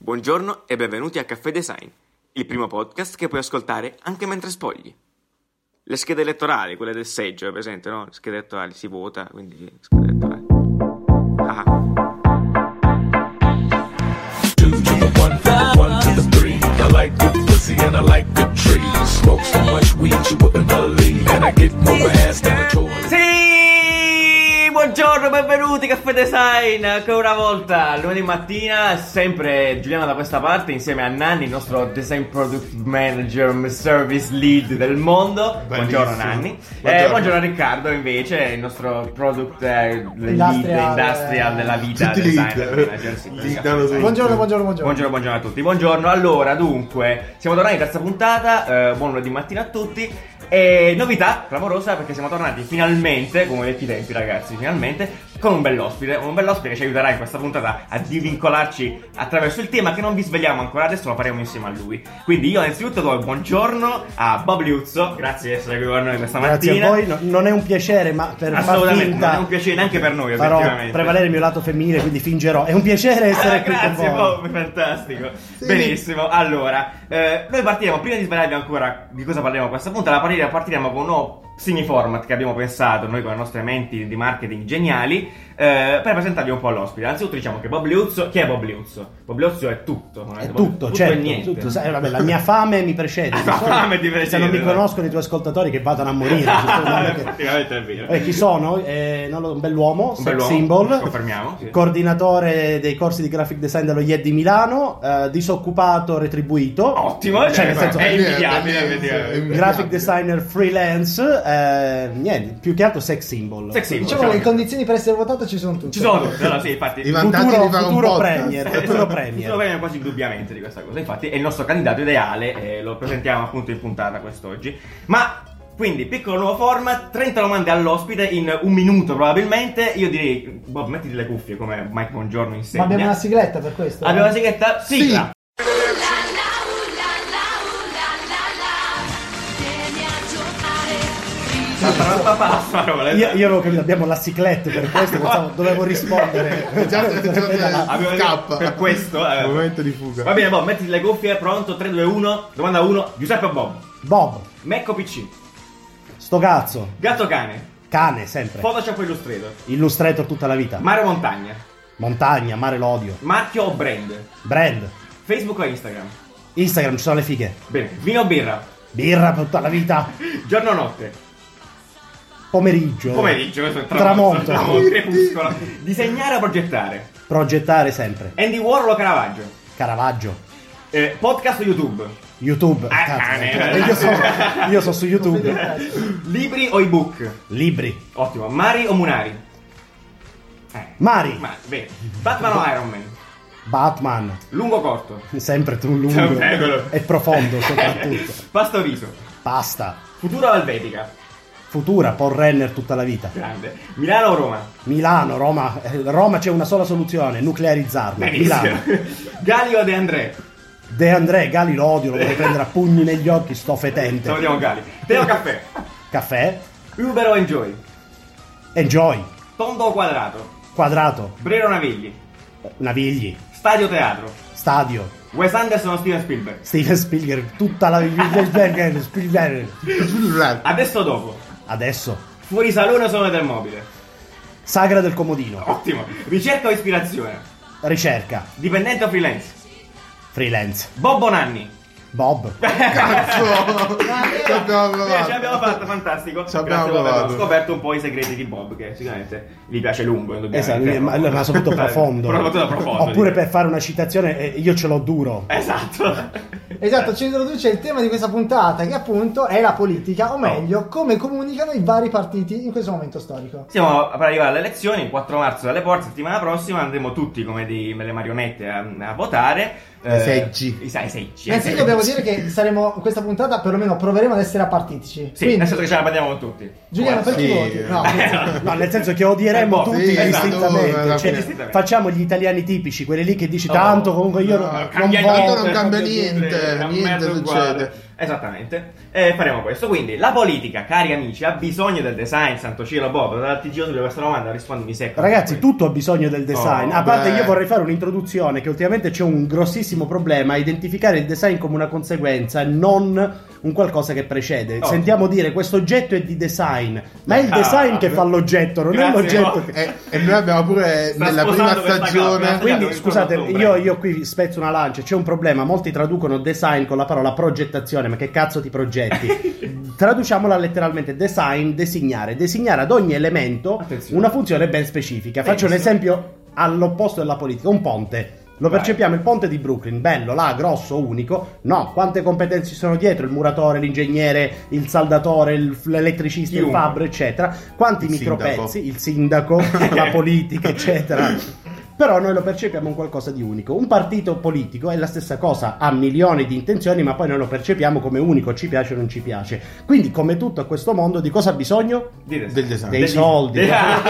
Buongiorno e benvenuti a Caffè Design, il primo podcast che puoi ascoltare anche mentre spogli. Le schede elettorali, quelle del seggio, è presente, no? Le schede elettorali, si vota, quindi schede elettorali. Ah. 2 to the 1 to the 3. I like good pussy and I like good trees. Smoke so much weed you wouldn't believe, and I get more ass than a toy. Sì, buongiorno, benvenuti Caffè Design, ancora una volta, lunedì mattina, sempre Giuliano da questa parte, insieme a Nanni, il nostro Design Product Manager, Service Lead del mondo. Bellissimo. Buongiorno Nanni. Buongiorno. Buongiorno a Riccardo invece, il nostro Product Lead Industrial della vita, Tutti Designer lead. Manager, sì, Lead Caffè hanno Design. tutti. Buongiorno a tutti. Buongiorno. Allora, dunque, siamo tornati in terza puntata. Buon lunedì mattina a tutti. E novità clamorosa perché siamo tornati finalmente, come vecchi tempi ragazzi, finalmente, con un bell'ospite che ci aiuterà in questa puntata a divincolarci attraverso il tema che non vi svegliamo ancora, adesso lo faremo insieme a lui. Quindi io innanzitutto do il buongiorno a Bob Liuzzo, grazie di essere qui con noi questa mattina. Grazie a voi, non è un piacere, ma per far Assolutamente, finta non è un piacere neanche per noi, farò effettivamente. prevalere il mio lato femminile, quindi fingerò. È un piacere essere qui con Grazie voi. Bob, fantastico. Benissimo, allora noi partiremo, prima di svegliarvi ancora di cosa parliamo questa puntata, partiremo con un nuovo format che abbiamo pensato noi con le nostre menti di marketing geniali, per presentarvi un po' all'ospite. Anzitutto diciamo che Bob Liuzzo, chi è Bob Liuzzo? Bob Liuzzo è tutto, È tutto, certo, e niente. tutto. Sai, vabbè, la mia fame mi precede. La fame ti precede, Se non mi esatto. conoscono i tuoi ascoltatori che vadano a morire. Effettivamente è vero. Chi sono? Un bell'uomo, Un sex bell'uomo, symbol, confermiamo, sì. Coordinatore dei corsi di graphic design dello IED di Milano, disoccupato retribuito. Ottimo, Cioè, nel senso, è invidiabile, effettivamente. graphic designer freelance, niente, più che altro sex symbol. Sex symbol, Diciamo che le condizioni per essere votato ci sono tutte. Ci sono tutte, allora sì, infatti. I vantaggi di fare un Futuro podcast. premier, futuro Futuro premier. premier quasi indubbiamente di questa cosa. Infatti è il nostro candidato ideale e lo presentiamo appunto in puntata quest'oggi. Ma quindi piccolo nuovo format, 30 domande all'ospite in un minuto probabilmente. Io direi Bob, mettiti le cuffie come Mike Buongiorno Ma insegna. abbiamo una sigletta per questo? Abbiamo la sigletta? Sigla. Io avevo capito, abbiamo la ciclette per questo, pensavo, dovevo rispondere. Abbiamo Scappa. per questo. Momento di fuga. Va bene Bob, mettiti le cuffie, pronto, 3, 2, 1. Domanda 1, Giuseppe o Bob? Bob, Mac o PC? sto cazzo, Gatto o cane? cane sempre. Photoshop o Illustrator? Illustrator tutta la vita. Mare o montagna? Montagna, mare l'odio. Marchio o brand? Brand, Facebook o Instagram? Instagram, ci sono le fighe. Bene, vino o birra? Birra per tutta la vita. Giorno o notte? Pomeriggio. Pomeriggio, questo è Tramonto. crepuscolo. Disegnare o progettare? Progettare sempre. Andy Warhol o Caravaggio? Caravaggio. Podcast o YouTube? YouTube. Ah, Cazzo, cane. io so su YouTube. Libri o ebook? Libri. Ottimo. Mari o Munari? Mari. Bene. Batman o Iron Man? Batman. Lungo o corto? Sempre lungo. Sempre. E profondo soprattutto. Pasta o riso? Pasta. Futura o Helvetica? Futura, Paul Renner tutta la vita. Grande. Milano o Roma? Milano, Roma. Roma c'è una sola soluzione, nuclearizzarla. Benissimo. Milano. Gali o De André? De André, Gali lo odio, lo vorrei prendere a pugni negli occhi, sto fetente. Salutiamo Gali. Tè o caffè? Caffè. Uber o Enjoy? Enjoy. Tondo o quadrato? Quadrato. Brero o Navigli? Navigli. Stadio o teatro? Stadio. Wes Anderson o Steven Spielberg? Steven Spielberg, tutta la Spielberg. Adesso o dopo? Adesso. Fuori salone o salone del mobile? Sagra del comodino. Ottimo. Ricerca o ispirazione? Ricerca. Dipendente o freelance? Freelance. Bob o Nanni? Bob. Cazzo! Ci abbiamo provato. Ce l'abbiamo fatto, fantastico. Ci abbiamo Grazie, Bob, provato. abbiamo scoperto un po' i segreti di Bob, che sicuramente gli piace lungo, Esatto, indubbiamente. ma soprattutto profondo. Soprattutto profondo. Oppure per fare una citazione, io ce l'ho duro. Esatto. Esatto, ci introduce il tema di questa puntata, che appunto è la politica, o meglio, come comunicano i vari partiti in questo momento storico. Siamo per arrivare alle elezioni, il 4 marzo dalle porte, settimana prossima andremo tutti come delle marionette a votare. I seggi. I seggi. Innanzitutto dobbiamo dire che saremo in questa puntata, perlomeno proveremo ad essere appartitici. Sì, nel senso che ce la prendiamo con tutti. Giuliano, per chi Sì. voti? No, No, nel senso che odieremo Sì, tutti esatto, distintamente. alla Cioè, fine. facciamo gli italiani tipici, quelli lì che dici tanto comunque io non cambia voto. Tanto non niente, cambia niente, niente, è un niente mezzo succede. uguale. Esattamente. Faremo questo. Quindi, la politica, cari amici, ha bisogno del design, santo cielo, Bob. Dal TG su questa domanda rispondimi secco. Ragazzi, tutto ha bisogno del design. A parte, io vorrei fare un'introduzione che ultimamente c'è un grossissimo problema a identificare il design come una conseguenza e non un qualcosa che precede. Sentiamo dire questo oggetto è di design, ma è il design che fa l'oggetto, non è l'oggetto che... E noi abbiamo pure nella prima stagione. Quindi scusate, io qui spezzo una lancia. C'è un problema, molti traducono design con la parola progettazione. Ma che cazzo ti progetti? Traduciamola letteralmente: design, designare ad ogni elemento una funzione ben specifica. Faccio un esempio all'opposto della politica: un ponte. Lo percepiamo, il ponte di Brooklyn, bello, là, grosso, unico. No, quante competenze ci sono dietro? Il muratore, l'ingegnere, il saldatore, l'elettricista, il fabbro, eccetera. Quanti micropezzi? Il sindaco, la politica, eccetera. Però noi lo percepiamo un qualcosa di unico. Un partito politico è la stessa cosa, ha milioni di intenzioni, ma poi noi lo percepiamo come unico, ci piace o non ci piace. Quindi, come tutto a questo mondo, di cosa ha bisogno? Del design. Dei soldi.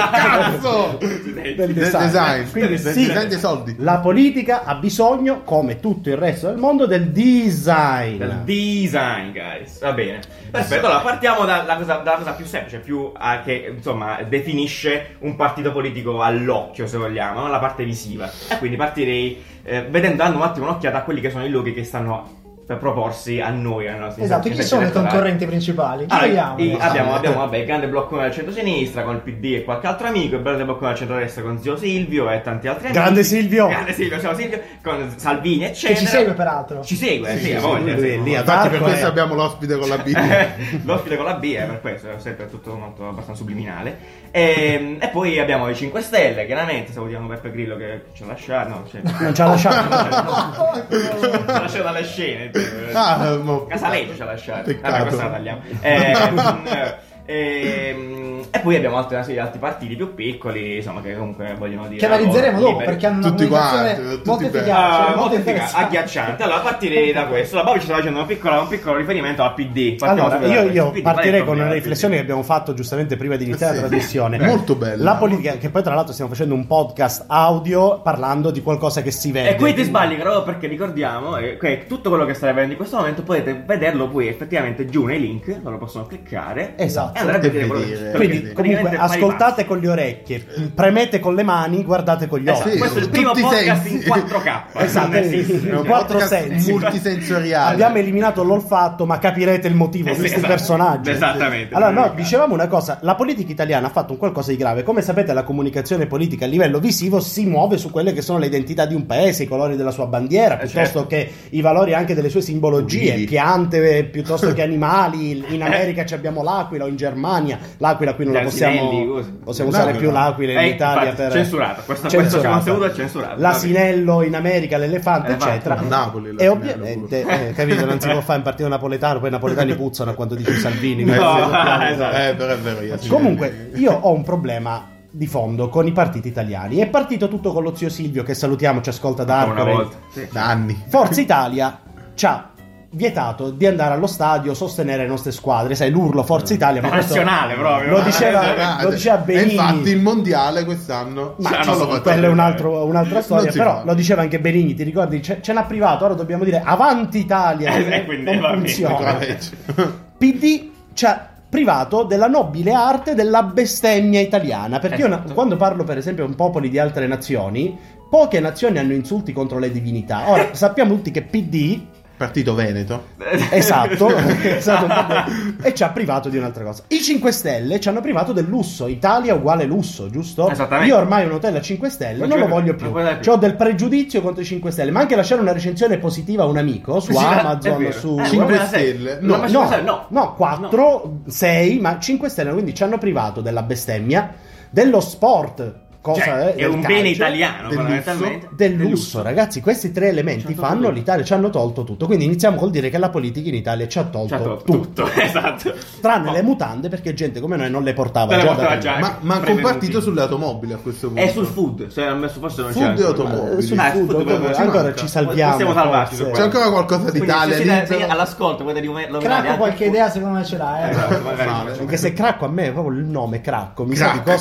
Cazzo! Del design. Quindi design dei soldi. La politica ha bisogno, come tutto il resto del mondo, del design. Del design, guys. Va bene. Perfetto, allora partiamo dalla cosa più semplice, che insomma definisce un partito politico all'occhio, se vogliamo, no? La parte visiva. E quindi partirei dando un attimo un'occhiata a quelli che sono i loghi che stanno per proporsi a noi, alla nostra esatto. Chi sono i concorrenti principali? Chi abbiamo vabbè, il grande bloccone del centro-sinistra con il PD e qualche altro amico, il grande bloccone del centro-destra con zio Silvio e tanti altri amici. Grande Silvio, ciao Silvio, con Salvini eccetera. Che ci segue peraltro. Ci segue, sì, infatti per questo abbiamo l'ospite con la B. L'ospite con la B è per questo, è sempre tutto molto abbastanza subliminale. E poi abbiamo i 5 Stelle, chiaramente, salutiamo Beppe Grillo che ci ha lasciato, non ci ha lasciato. Ci ha lasciato dalle scene. Casaleggio ci ha lasciato. Vabbè, questa la tagliamo. E poi abbiamo altri partiti più piccoli, insomma, che comunque vogliono dire che analizzeremo dopo perché hanno una comunicazione molto efficace, molto agghiacciante. Allora, a partire da questo, la Bobby ci sta facendo un piccolo riferimento al PD. Allora, io partirei con una riflessione che abbiamo fatto giustamente prima di iniziare la trasmissione. Molto bella. La politica, che poi tra l'altro stiamo facendo un podcast audio parlando di qualcosa che si vede. E qui ti sbagli, però, perché ricordiamo che tutto quello che stai vedendo in questo momento potete vederlo poi effettivamente giù nei link, lo possono cliccare. Esatto. E andare a vedere. Quindi comunque ascoltate con le orecchie, premete con le mani, guardate con gli occhi. Questo è il primo podcast in 4K. Esatto, in 4 sensi multisensoriale. Abbiamo eliminato l'olfatto, ma capirete il motivo di questi personaggi. Esattamente. Allora, no, dicevamo una cosa: la politica italiana ha fatto un qualcosa di grave. Come sapete, la comunicazione politica a livello visivo si muove su quelle che sono le identità di un paese, i colori della sua bandiera, piuttosto che i valori anche delle sue simbologie, piante piuttosto che animali. In America ci abbiamo l'aquila, o in Germania l'aquila qui non la possiamo usare più l'aquila in Italia per censurato. Questo contenuto è censurato. L'asinello in America, l'elefante, eccetera. Napoli, e ovviamente capito, non si può fare un partito napoletano, poi i napoletani puzzano a quando dice Salvini. Però è vero. Comunque io ho un problema di fondo con i partiti italiani. È partito tutto con lo zio Silvio, che salutiamo, ci ascolta da anni. Forza Italia c'ha vietato di andare allo stadio, sostenere le nostre squadre, sai, l'urlo Forza Italia, ma nazionale proprio. Lo diceva Benigni. E infatti il mondiale quest'anno, ma quella è un'altra storia, però lo diceva anche Benigni, ti ricordi? Ce n'ha privato, ora dobbiamo dire avanti Italia, non funziona. PD c'ha privato della nobile arte della bestemmia italiana, perché io quando parlo per esempio con popoli di altre nazioni, poche nazioni hanno insulti contro le divinità. Ora sappiamo tutti che PD, Partito Veneto. Esatto. E ci ha privato di un'altra cosa. I 5 Stelle ci hanno privato del lusso. Italia uguale lusso, giusto? Esattamente. Io ormai un hotel a 5 Stelle non lo voglio più. C'ho del pregiudizio contro i 5 Stelle. Ma anche lasciare una recensione positiva a un amico su Amazon, su 5 Stelle. No, 4, 6, ma 5 Stelle. Quindi ci hanno privato della bestemmia, dello sport. Cosa è un bene italiano, fondamentalmente. Del lusso, ragazzi. Questi 3 elementi fanno l'Italia, ci hanno tolto tutto. Quindi iniziamo col dire che la politica in Italia ci ha tolto tutto. Esatto. Tranne le mutande, perché gente come noi non le portava già. Ma con partito sulle automobili a questo punto. E sul food, se hanno messo forse non c'è. Food e automobili. Sul food ancora ci salviamo. Possiamo salvarci. C'è ancora qualcosa d'Italia lì. All'ascolto, Cracco qualche idea secondo me ce l'ha, Anche se Cracco a me proprio il nome Cracco mi sa di cosa.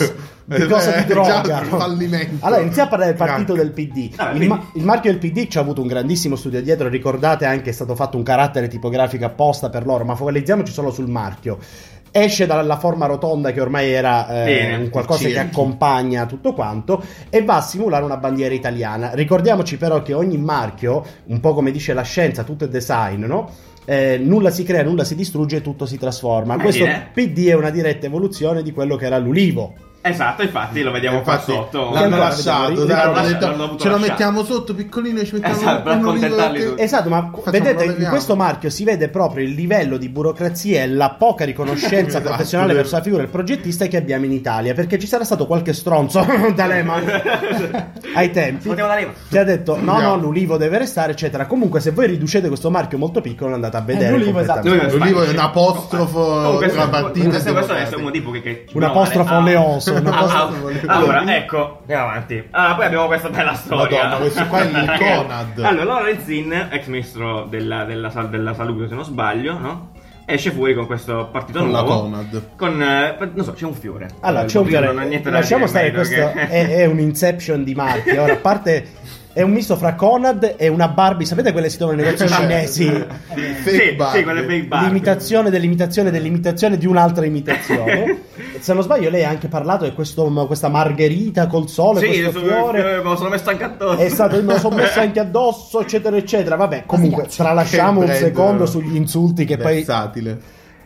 cosa di droga. Già un fallimento. Allora iniziamo a parlare del partito del PD. quindi... Il marchio del PD ci ha avuto un grandissimo studio dietro, ricordate anche è stato fatto un carattere tipografico apposta per loro, ma focalizziamoci solo sul marchio. Esce dalla forma rotonda che ormai era un qualcosa che accompagna tutto quanto e va a simulare una bandiera italiana. Ricordiamoci però che ogni marchio, un po' come dice la scienza, tutto è design, no? Nulla si crea, nulla si distrugge, tutto si trasforma. Questo PD è una diretta evoluzione di quello che era l'Ulivo. Esatto, infatti lo vediamo qua sotto. L'hanno lasciato, ce lo lasciato. Mettiamo sotto piccolino e ci mettiamo per accontentarli tutti. Esatto, ma vedete in questo marchio si vede proprio il livello di burocrazia e la poca riconoscenza professionale verso la figura del progettista che abbiamo in Italia, perché ci sarà stato qualche stronzo D'Alema ai tempi che ha detto no, l'Ulivo deve restare, eccetera. Comunque se voi riducete questo marchio molto piccolo andate a vedere l'Ulivo, esatto. L'Ulivo è un apostrofo una partita. Questo è un motivo che un apostrofo leoso. Allora, ecco, andiamo avanti. Allora, poi abbiamo questa bella storia. Madonna, questo qua è il Conad. Allora, Lorenzin, ex ministro della salute, se non sbaglio, no? Esce fuori con questo partito con nuovo. La Conad. Con, non so, c'è un fiore. Allora, c'è un fiore. Non ha niente da Lasciamo dire, stare, questo è un inception di marchi. Ora, a parte... È un misto fra Conad e una Barbie. Sapete quelle si trovano nei negozi cinesi? Sì, quelle fake Barbie. L'imitazione dell'imitazione di un'altra imitazione. Se non sbaglio lei ha anche parlato di questa margherita col sole, questo fiore. Me lo sono messo anche addosso. È stato, me lo sono messo anche addosso, eccetera, eccetera. Vabbè, comunque, tralasciamo un secondo sugli insulti che versatile.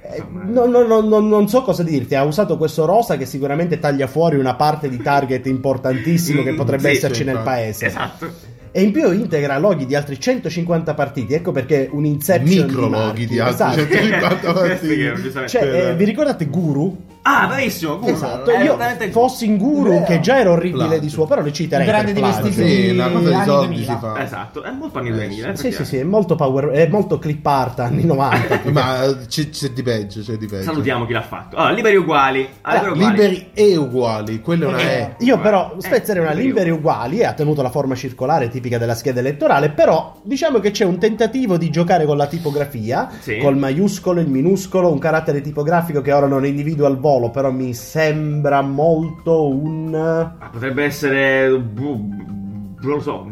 Non so cosa dirti. Ha usato questo rosa che sicuramente taglia fuori una parte di target importantissimo che potrebbe esserci nel paese. Esatto. E in più integra loghi di altri 150 partiti. Ecco perché un inception microloghi di altri 150 partiti. Cioè, vi ricordate Guru? Ah, bravissimo, Guru. Esatto, io fossi in Guru, che già era orribile di suo, però le citerei. Un grande di vestiti. Sì, una cosa di soldi 2000. si fa. Esatto, è molto anni 2000. Sì, è molto power, è molto clip art anni 90. Ma c'è di peggio, Salutiamo chi l'ha fatto. Allora, liberi uguali. Liberi e uguali, quello non è. Io però spezzerei una liberi uguali e ha tenuto la forma circolare tipica della scheda elettorale, però diciamo che c'è un tentativo di giocare con la tipografia, col maiuscolo, il minuscolo, un carattere tipografico che ora non individuo al volo, però mi sembra molto un... potrebbe essere... non lo so...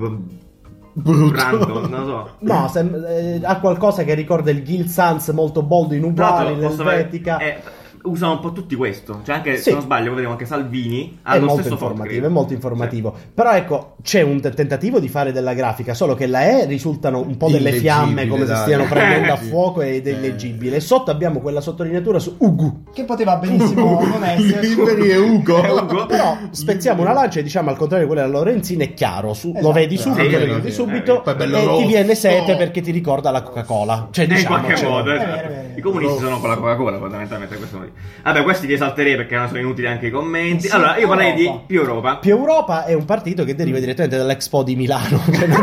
Brandon, non lo so. No, ha qualcosa che ricorda il Gil Sans molto boldo in uguali, l'elvetica... Usano un po' tutti questo, cioè anche se non sbaglio vedremo anche Salvini è molto informativo, però ecco c'è un tentativo di fare della grafica, solo che la risultano un po' delle fiamme come se stiano prendendo a fuoco ed è illeggibile, e sotto abbiamo quella sottolineatura su Ugu che poteva benissimo non essere Liberi e Ugo. Però spezziamo una lancia e diciamo al contrario quella della Lorenzin è chiaro, lo vedi subito, lo vedi subito e ti viene sete perché ti ricorda la Coca-Cola, cioè diciamo in qualche modo i comunisti sono con la Coca-Cola fondamentalmente questo. Vabbè, questi li esalterei perché non sono inutili anche i commenti. Allora, io parlerei di Più Europa. Più Europa è un partito che deriva direttamente dall'Expo di Milano.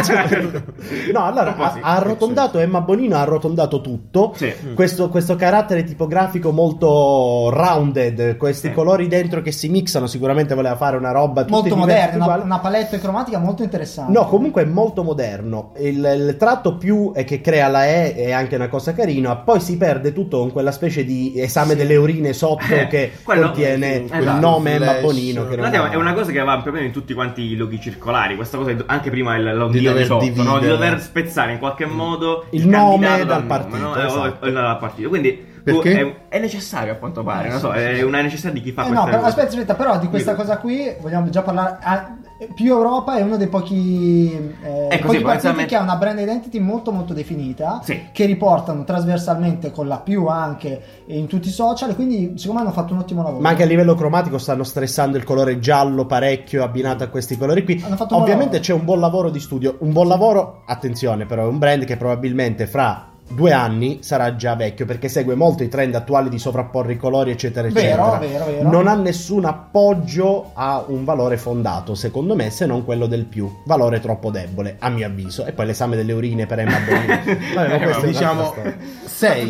No, allora ha arrotondato Emma Bonino, ha arrotondato tutto. Questo carattere tipografico molto rounded, questi colori dentro che si mixano, sicuramente voleva fare una roba molto moderna, una palette cromatica molto interessante. No, comunque è molto moderno. Il tratto più che crea la è anche una cosa carina, poi si perde tutto con quella specie di esame delle urine sotto che contiene il nome Emma Bonino che è una cosa che va più o meno in tutti quanti i loghi circolari, questa cosa anche prima l'ondino di sotto, no? Di dover spezzare in qualche modo il nome dal partito, nome, no? Esatto. Dal partito, quindi è necessario a quanto pare, non so, è una necessità di chi fa questa cosa. Aspetta, però di questa cosa qui vogliamo già parlare. Più Europa è uno dei pochi partiti che ha una brand identity molto molto definita, che riportano trasversalmente con la più anche in tutti i social, quindi secondo me hanno fatto un ottimo lavoro. Ma anche a livello cromatico stanno stressando il colore giallo parecchio abbinato a questi colori qui. Ovviamente c'è un buon lavoro di studio, un buon lavoro, attenzione però è un brand che probabilmente fra 2 anni sarà già vecchio perché segue molto i trend attuali di sovrapporre i colori eccetera eccetera. Vero. Non ha nessun appoggio a un valore fondato secondo me, se non quello del più, valore troppo debole a mio avviso. E poi l'esame delle urine per Emma Bonino diciamo 6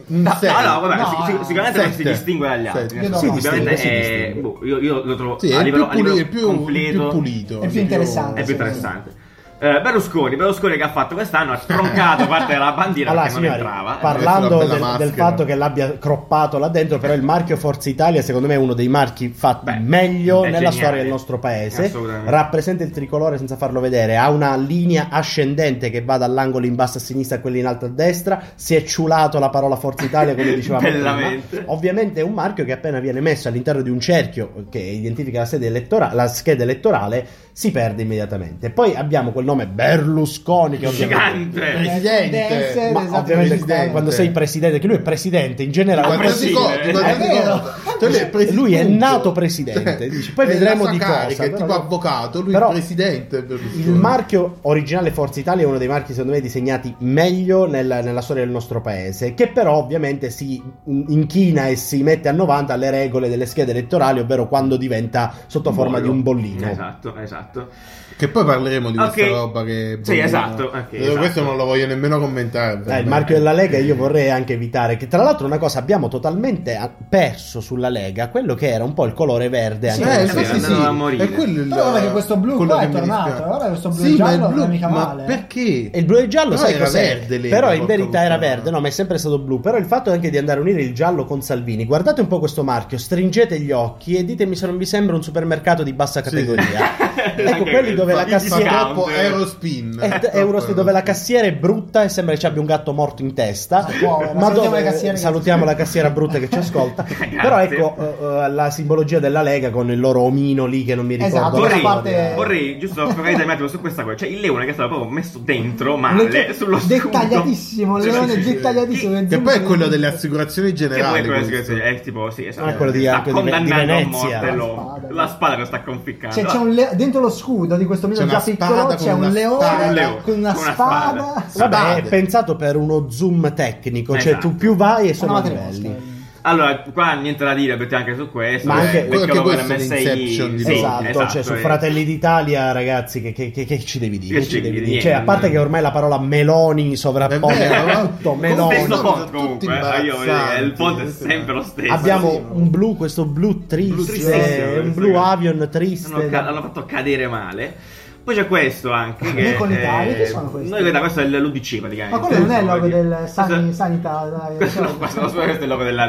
sicuramente non si distingue dagli altri, io lo trovo a livello più completo pulito, è più interessante. Berlusconi che ha fatto quest'anno ha troncato parte della bandiera allora, perché signori, non entrava. Parlando del fatto che l'abbia croppato là dentro, però il marchio Forza Italia secondo me è uno dei marchi fatti meglio nella geniale. Storia del nostro paese. Rappresenta il tricolore senza farlo vedere, ha una linea ascendente che va dall'angolo in basso a sinistra a quello in alto a destra, si è ciulato la parola Forza Italia come dicevamo prima. Ovviamente è un marchio che appena viene messo all'interno di un cerchio che identifica la scheda elettorale si perde immediatamente. Poi abbiamo quel nome Berlusconi che gigante presidente, ma ovviamente quando sei presidente, che lui è presidente in generale, lui è nato presidente. Dici, poi vedremo di cosa, che è tipo avvocato, lui però è presidente Berlusconi. il marchio originale Forza Italia è uno dei marchi secondo me disegnati meglio nella storia del nostro paese, che però ovviamente si inchina e si mette a 90 alle regole delle schede elettorali, ovvero quando diventa sotto forma di un bollino. Esatto. Che poi parleremo di questa roba che... Sì, esatto. Questo non lo voglio nemmeno commentare. Il marchio della Lega io vorrei anche evitare, che tra l'altro una cosa abbiamo totalmente perso sulla Lega, quello che era un po' il colore verde. Sì, a morire. È quello però che questo blu qua è tornato, ora questo blu e giallo non è mica male. Ma perché? E il blu e giallo no, sai era cos'è? verde lì, però in verità era verde, no, ma è sempre stato blu. Però il fatto anche di andare a unire il giallo con Salvini, guardate un po' questo marchio, stringete gli occhi e ditemi se non vi sembra un supermercato di bassa categoria. Ecco, quelli dove la cassiera Eurospin dove la cassiera è brutta e sembra che ci abbia un gatto morto in testa. Ma salutiamo la cassiera brutta che ci ascolta. Però ecco la simbologia della Lega con il loro omino lì che non mi ricordo. Vorrei giusto focalizzare un attimo su questa cosa. Cioè il leone che è stato proprio messo dentro male sullo scudo. Dettagliatissimo, il leone dettagliatissimo. Che poi è quello delle assicurazioni generali. È tipo esatto. Quello di Venezia. La spada che sta conficcando. Cioè c'è dentro lo scudo di questo omino già piccolo c'è un leone con una spada. Vabbè, è pensato per uno zoom tecnico, cioè tu più vai e sono livelli. Allora, qua niente da dire perché anche su questo. Ma anche questo è l'Inception di esatto, cioè su Fratelli d'Italia, ragazzi, che ci devi dire? Cioè, a parte che ormai la parola Meloni sovrappone tutto, Meloni. Comunque, il font è sempre lo stesso. Abbiamo un blu, questo blu triste, un blu avion triste. L'hanno fatto cadere male. Poi c'è questo anche che con l'Italia che sono questi? Questo è l'UDC praticamente. Ma quello non è il logo del sanità. Questo è il logo della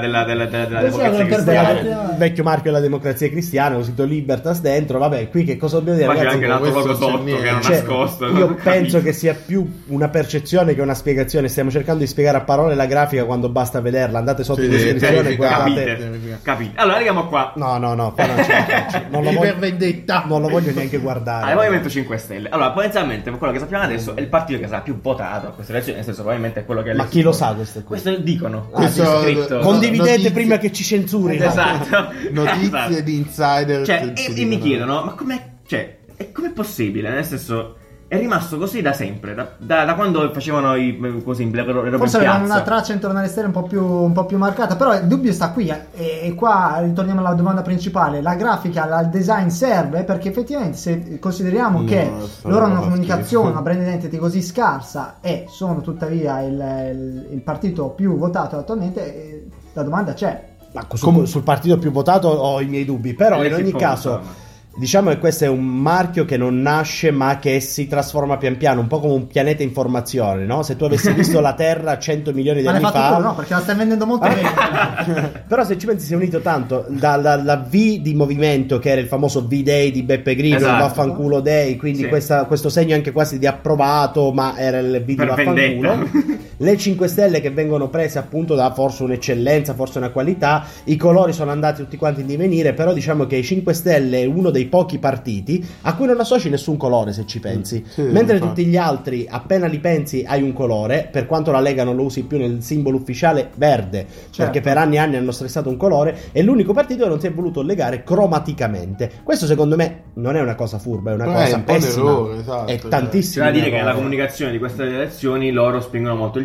il vecchio marchio della Democrazia Cristiana, ho scritto Libertas dentro. Vabbè, qui che cosa dobbiamo dire? Ma c'è anche un altro logo sotto che è nascosto. Io penso che sia più una percezione che una spiegazione. Stiamo cercando di spiegare a parole la grafica quando basta vederla. Andate sotto in descrizione, capite. Allora arriviamo qua. No, qua non c'è. Non lo voglio neanche guardare. Movimento 5 Stelle. Allora, potenzialmente quello che sappiamo adesso è il partito che sarà più votato a queste elezioni, nel senso probabilmente è quello che... Ma chi lo sa questo? Questo dicono. Condividete prima che ci censuri. Esatto. Notizie di insider. Cioè, e mi chiedono, ma com'è possibile? Nel senso, è rimasto così da sempre, da quando facevano forse avevano una traccia intorno alle stelle un po' più marcata, però il dubbio sta qui e qua ritorniamo alla domanda principale. La grafica, il design serve? Perché effettivamente se consideriamo che loro hanno una comunicazione, una brand identity così scarsa e sono tuttavia il partito più votato attualmente, la domanda c'è. Ma sul partito più votato ho i miei dubbi, però in ogni caso diciamo che questo è un marchio che non nasce ma che si trasforma pian piano, un po' come un pianeta informazione, no? Se tu avessi visto la Terra 100 milioni di anni fa... Tu, no, perché la stai vendendo molto bene. Però se ci pensi si è unito tanto dalla V di movimento, che era il famoso V-Day di Beppe Grillo, Vaffanculo Day, quindi questo segno anche quasi di approvato, ma era il V di Vaffanculo. Le 5 Stelle che vengono prese appunto da forse un'eccellenza, forse una qualità, i colori sono andati tutti quanti in divenire, però diciamo che i 5 Stelle è uno dei pochi partiti a cui non associ nessun colore, se ci pensi, mentre tutti gli altri appena li pensi hai un colore, per quanto la Lega non lo usi più nel simbolo ufficiale verde, perché per anni e anni hanno stressato un colore, è l'unico partito che non si è voluto legare cromaticamente. Questo secondo me non è una cosa furba, è una cosa pessima, è tantissimo. C'è da dire che nella comunicazione di queste elezioni loro spingono molto il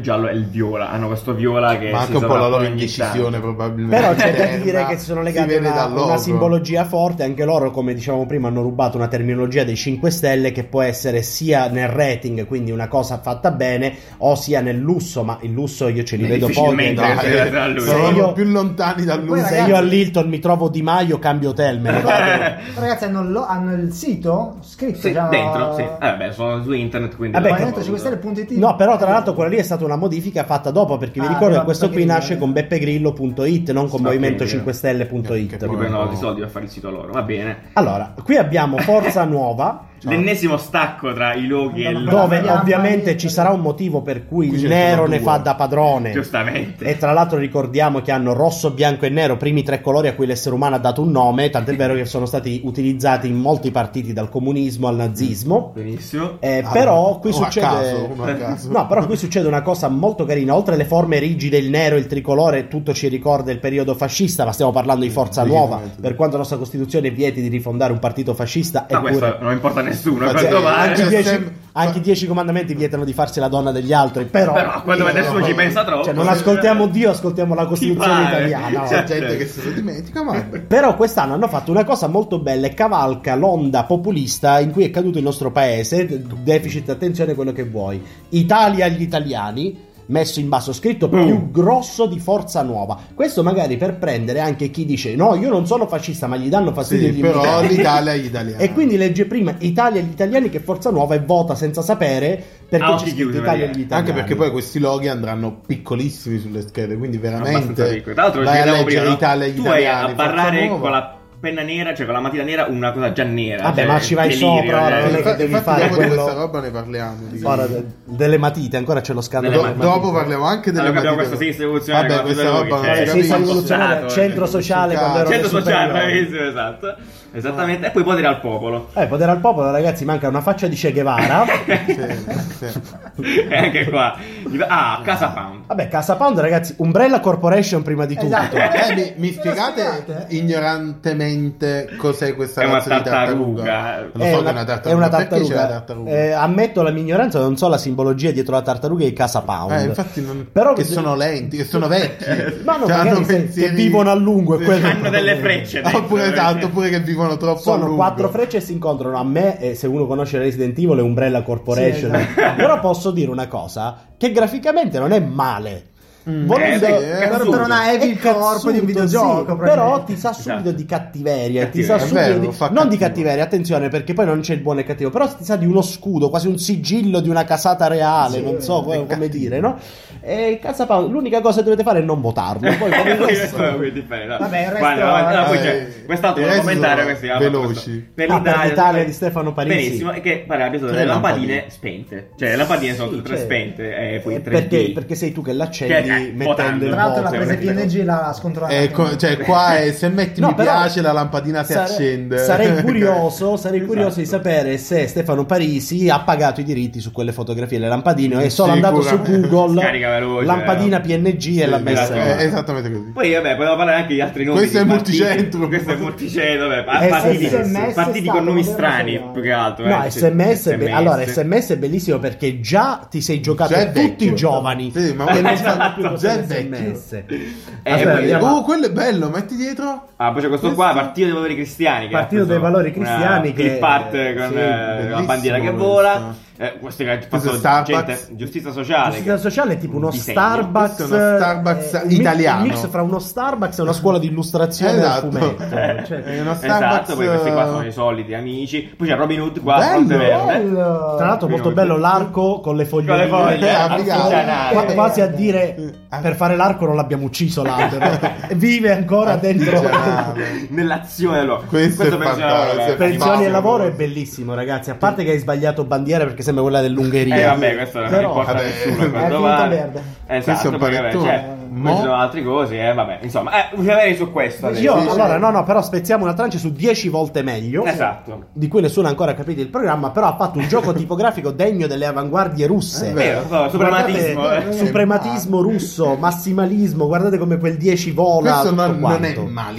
giallo e il viola. Hanno questo viola che ma anche un po' la loro indecisione probabilmente. Però c'è da dire che si sono legati a una simbologia forte. Anche loro, come dicevamo prima, hanno rubato una terminologia dei 5 Stelle che può essere sia nel rating, quindi una cosa fatta bene, o sia nel lusso, ma il lusso io ce li vedo pochi. Sono più lontani dal lusso. Se io all'Hilton mi trovo Di Maio, cambio hotel, me ne vado. Ragazzi, hanno il sito scritto dentro, sì. Sono su internet, quindi No, però tra l'altro quella lì è stata una modifica fatta dopo, perché vi ricordo che questo qui nasce con beppegrillo.it, non con movimento5stelle.it. Che prendono i soldi per fare il sito loro, va bene. Allora, qui abbiamo Forza Nuova. L'ennesimo stacco tra i loghi e il dove ovviamente ci sarà un motivo per cui il nero ne fa da padrone, giustamente, e tra l'altro ricordiamo che hanno rosso, bianco e nero, primi 3 colori a cui l'essere umano ha dato un nome, tant'è vero che sono stati utilizzati in molti partiti, dal comunismo al nazismo. Benissimo. Però qui succede no, però qui succede una cosa molto carina. Oltre alle forme rigide, il nero, il tricolore, tutto ci ricorda il periodo fascista, ma stiamo parlando di Forza Nuova, per quanto la nostra Costituzione vieti di rifondare un partito fascista. Ma questo non importa nessuno. Anche i 10 comandamenti vietano di farsi la donna degli altri, però quando nessuno ci pensa troppo, non ascoltiamo Dio, ascoltiamo la Costituzione italiana. C'è gente che se lo dimentica, ma però quest'anno hanno fatto una cosa molto bella e cavalca l'onda populista in cui è caduto il nostro paese. Deficit, attenzione, quello che vuoi. Italia agli italiani, messo in basso, scritto più grosso di Forza Nuova. Questo magari per prendere anche chi dice no, io non sono fascista, ma gli danno fastidio gli però immigrati. l'Italia agli italiani, e quindi legge prima Italia agli italiani che Forza Nuova, e vota senza sapere perché c'è scritto Italia agli italiani. Anche perché poi questi loghi andranno piccolissimi sulle schede, quindi veramente tra l'altro vai a leggere Italia agli italiani, a barrare con la penna nera, cioè con la matita nera, una cosa già nera. Vabbè, ma ci vai sopra, ora non è che devi fare quello. Di questa roba ne parliamo. Ora, delle matite, ancora c'è lo scandalo. Dopo parliamo anche delle matite. Abbiamo questa sinistra rivoluzionaria. Vabbè, questa roba sinistra rivoluzionaria, centro sociale, quando ero centro sociale, esatto. Esattamente, e poi potere al popolo. Potere al popolo, ragazzi, manca una faccia di Che Guevara. E anche qua. Casa Pound. Vabbè, Casa Pound, ragazzi, Umbrella Corporation prima di tutto. Mi spiegate ignorantemente cos'è questa razza di tartaruga? È una tartaruga. Ammetto la mia ignoranza, non so la simbologia dietro la tartaruga di Casa Pound. Infatti però che sono lenti, che sono vecchi. Ma no, hanno che vivono a lungo, hanno delle frecce. Oppure che vivono troppo a lungo. Sono 4 frecce e si incontrano. A me, se uno conosce Resident Evil, è Umbrella Corporation. Però posso dire una cosa, che graficamente non è male. Per una heavy corpo di un videogioco, però ti sa subito di cattiveria, ti sa subito non di cattiveria, attenzione, perché poi non c'è il buono e il cattivo, però ti sa di uno scudo, quasi un sigillo di una casata reale, non so come dire, no? E Casa Pound, l'unica cosa che dovete fare è non votarlo. Poi quest'altro da commentare, questi veloci per l'Italia di Stefano Parisi. Benissimo, e che pare abbia delle lampadine spente, cioè le lampadine sono tutte spente, e poi perché sei tu che l'accendi mettendo tra l'altro la presa PNG la scontrollata, cioè qua se metti mi piace la lampadina si accende. Sarei curioso di sapere se Stefano Parisi ha pagato i diritti su quelle fotografie, le lampadine, è solo andato su Google veloce, lampadina PNG e l'ha messa esattamente così. Poi vabbè, potevamo parlare anche di altri nomi. Questo è Multicentro, partiti con nomi strani più che altro. No, SMS è bellissimo perché già ti sei giocato tutti i giovani, ma che non stanno più con SMS. Quello è bello, metti dietro. Poi c'è questo qua, Partito dei Valori Cristiani. Partito dei Valori Cristiani, che clip art con la bandiera che vola. Questo che fa giustizia sociale. Giustizia sociale è tipo uno Starbucks, italiano. Un mix fra uno Starbucks e una scuola di illustrazione del fumetto. È uno Starbucks. Poi questi qua sono i soliti amici. Poi c'è Robin Hood qua, fronte verde. Tra l'altro molto bello l'arco con le foglie. Quasi a dire, per fare l'arco non l'abbiamo ucciso l'albero. Vive ancora dentro nell'azione. Questo è fantastico. Pensioni e lavoro è bellissimo, ragazzi. A parte che hai sbagliato bandiera perché sembra quella dell'Ungheria. Vabbè, questo non importa a nessuno. Questo è un panettone. Poi ci sono altre cose, vabbè, insomma, bisogna avere su questo. Allora, però spezziamo una trancia su 10 volte meglio. Esatto. Di cui nessuno ha ancora capito il programma, però ha fatto un gioco tipografico degno delle avanguardie russe. È vero, suprematismo russo, massimalismo, guardate come quel 10 vola. Questo non è malissimo.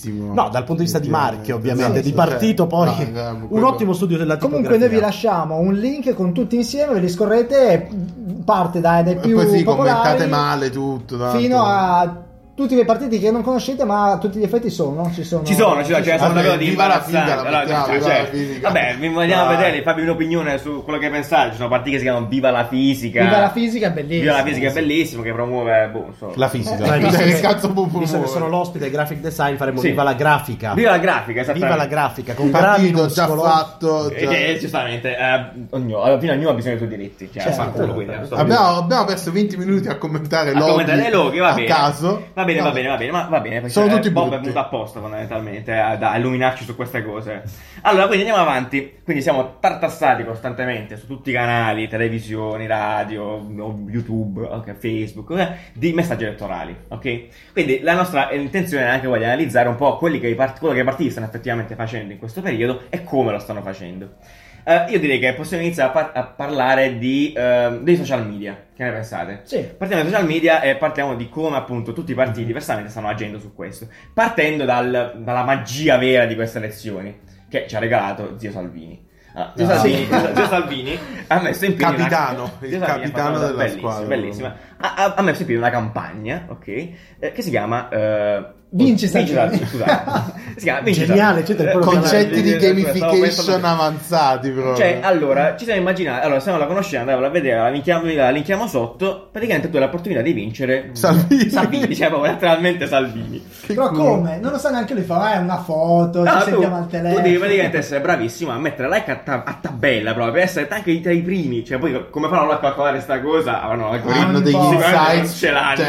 bellissimo. No, dal punto di vista di marchio, ovviamente, di partito, poi un ottimo studio della tipografia. Comunque noi vi lasciamo un link con tutti insieme, ve li scorrete, parte dai più poi popolari, commentate male tutto fino a tutti quei partiti che non conoscete, ma a tutti gli effetti ci sono. C'è stato di viva la figa, vabbè, vi vogliamo vedere, farvi un'opinione su quello che pensate. Ci sono partiti che si chiamano Viva la Fisica. Viva la Fisica è bellissimo. Viva la Fisica è bellissimo, che promuove la fisica. Che cazzo può promuovere? Visto che sono l'ospite graphic design, faremo Viva la grafica. Viva la grafica, esattamente. Viva la grafica, con partito già fatto. Giustamente, alla fine ognuno ha bisogno dei suoi diritti. Abbiamo perso 20 minuti a commentare loghi a caso. Va bene, va bene, sono tutti Bob è venuto apposta fondamentalmente a illuminarci su queste cose. Allora, quindi andiamo avanti. Quindi siamo tartassati costantemente su tutti i canali, televisioni, radio, YouTube, Facebook, di messaggi elettorali, ok? Quindi la nostra intenzione è anche quella di analizzare un po' quello che i partiti stanno effettivamente facendo in questo periodo e come lo stanno facendo. Io direi che possiamo iniziare a parlare dei social media. Che ne pensate? Sì. Partiamo dai social media e partiamo di come appunto tutti i partiti diversamente stanno agendo su questo. Partendo dalla magia vera di queste elezioni che ci ha regalato zio Salvini. Zio Salvini ha messo in piedi il capitano della squadra. Bellissima. Ha messo in piedi una campagna, ok? Che si chiama Vinci Salvini. Scusate. Si chiama Vinci Geniale, concetti di gamification avanzati proprio. Cioè, allora, ci siamo immaginati, allora se non la conosciamo, andiamola a vedere, la linkiamo sotto. Praticamente tu hai l'opportunità di vincere Salvini, cioè proprio letteralmente Salvini. Però come? Non lo sa neanche lui, fa una foto, ci sentiamo al telefono. Tu devi praticamente essere bravissimo a mettere like a tabella proprio, per essere anche tra i primi. Cioè, poi come faranno a calcolare sta cosa? Hanno degli insights,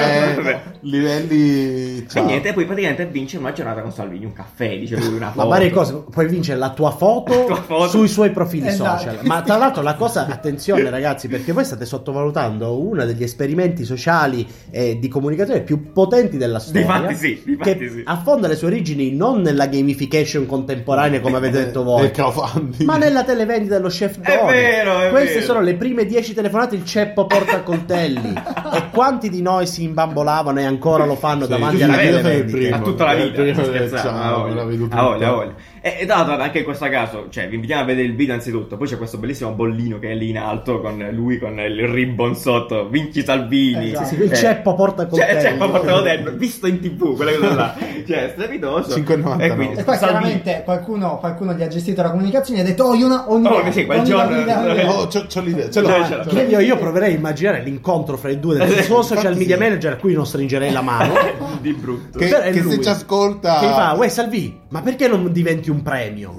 livelli. E niente, poi praticamente vince una giornata con Salvini, un caffè, dice lui, una foto. Ma varie cose, puoi vincere la tua foto sui suoi profili social. Ma tra l'altro la cosa, attenzione ragazzi, perché voi state sottovalutando uno degli esperimenti sociali e di comunicazione più potenti della storia. Difatti sì. Affonda le sue origini non nella gamification contemporanea come avete detto voi, ma nella televendita dello chef Tony. È vero. Queste sono le prime 10 telefonate il ceppo porta coltelli. E quanti di noi si imbambolavano e ancora lo fanno davanti alla televendita? A tutta la vita, a voglia. E tra l'altro anche in questo caso, cioè vi invitiamo a vedere il video anzitutto. Poi c'è questo bellissimo bollino che è lì in alto con lui con il ribbon sotto, Vinci Salvini, il ceppo porta coltelli, visto in TV quella cosa là, cioè strepitoso. 5,99. E poi chiaramente qualcuno gli ha gestito la comunicazione e ha detto quel giorno c'ho l'idea, io proverei a immaginare l'incontro fra i due del suo social media manager a cui non stringerei la mano di brutto, che se ci ascolta che fa: uè Salvi, ma perché non diventi un premio?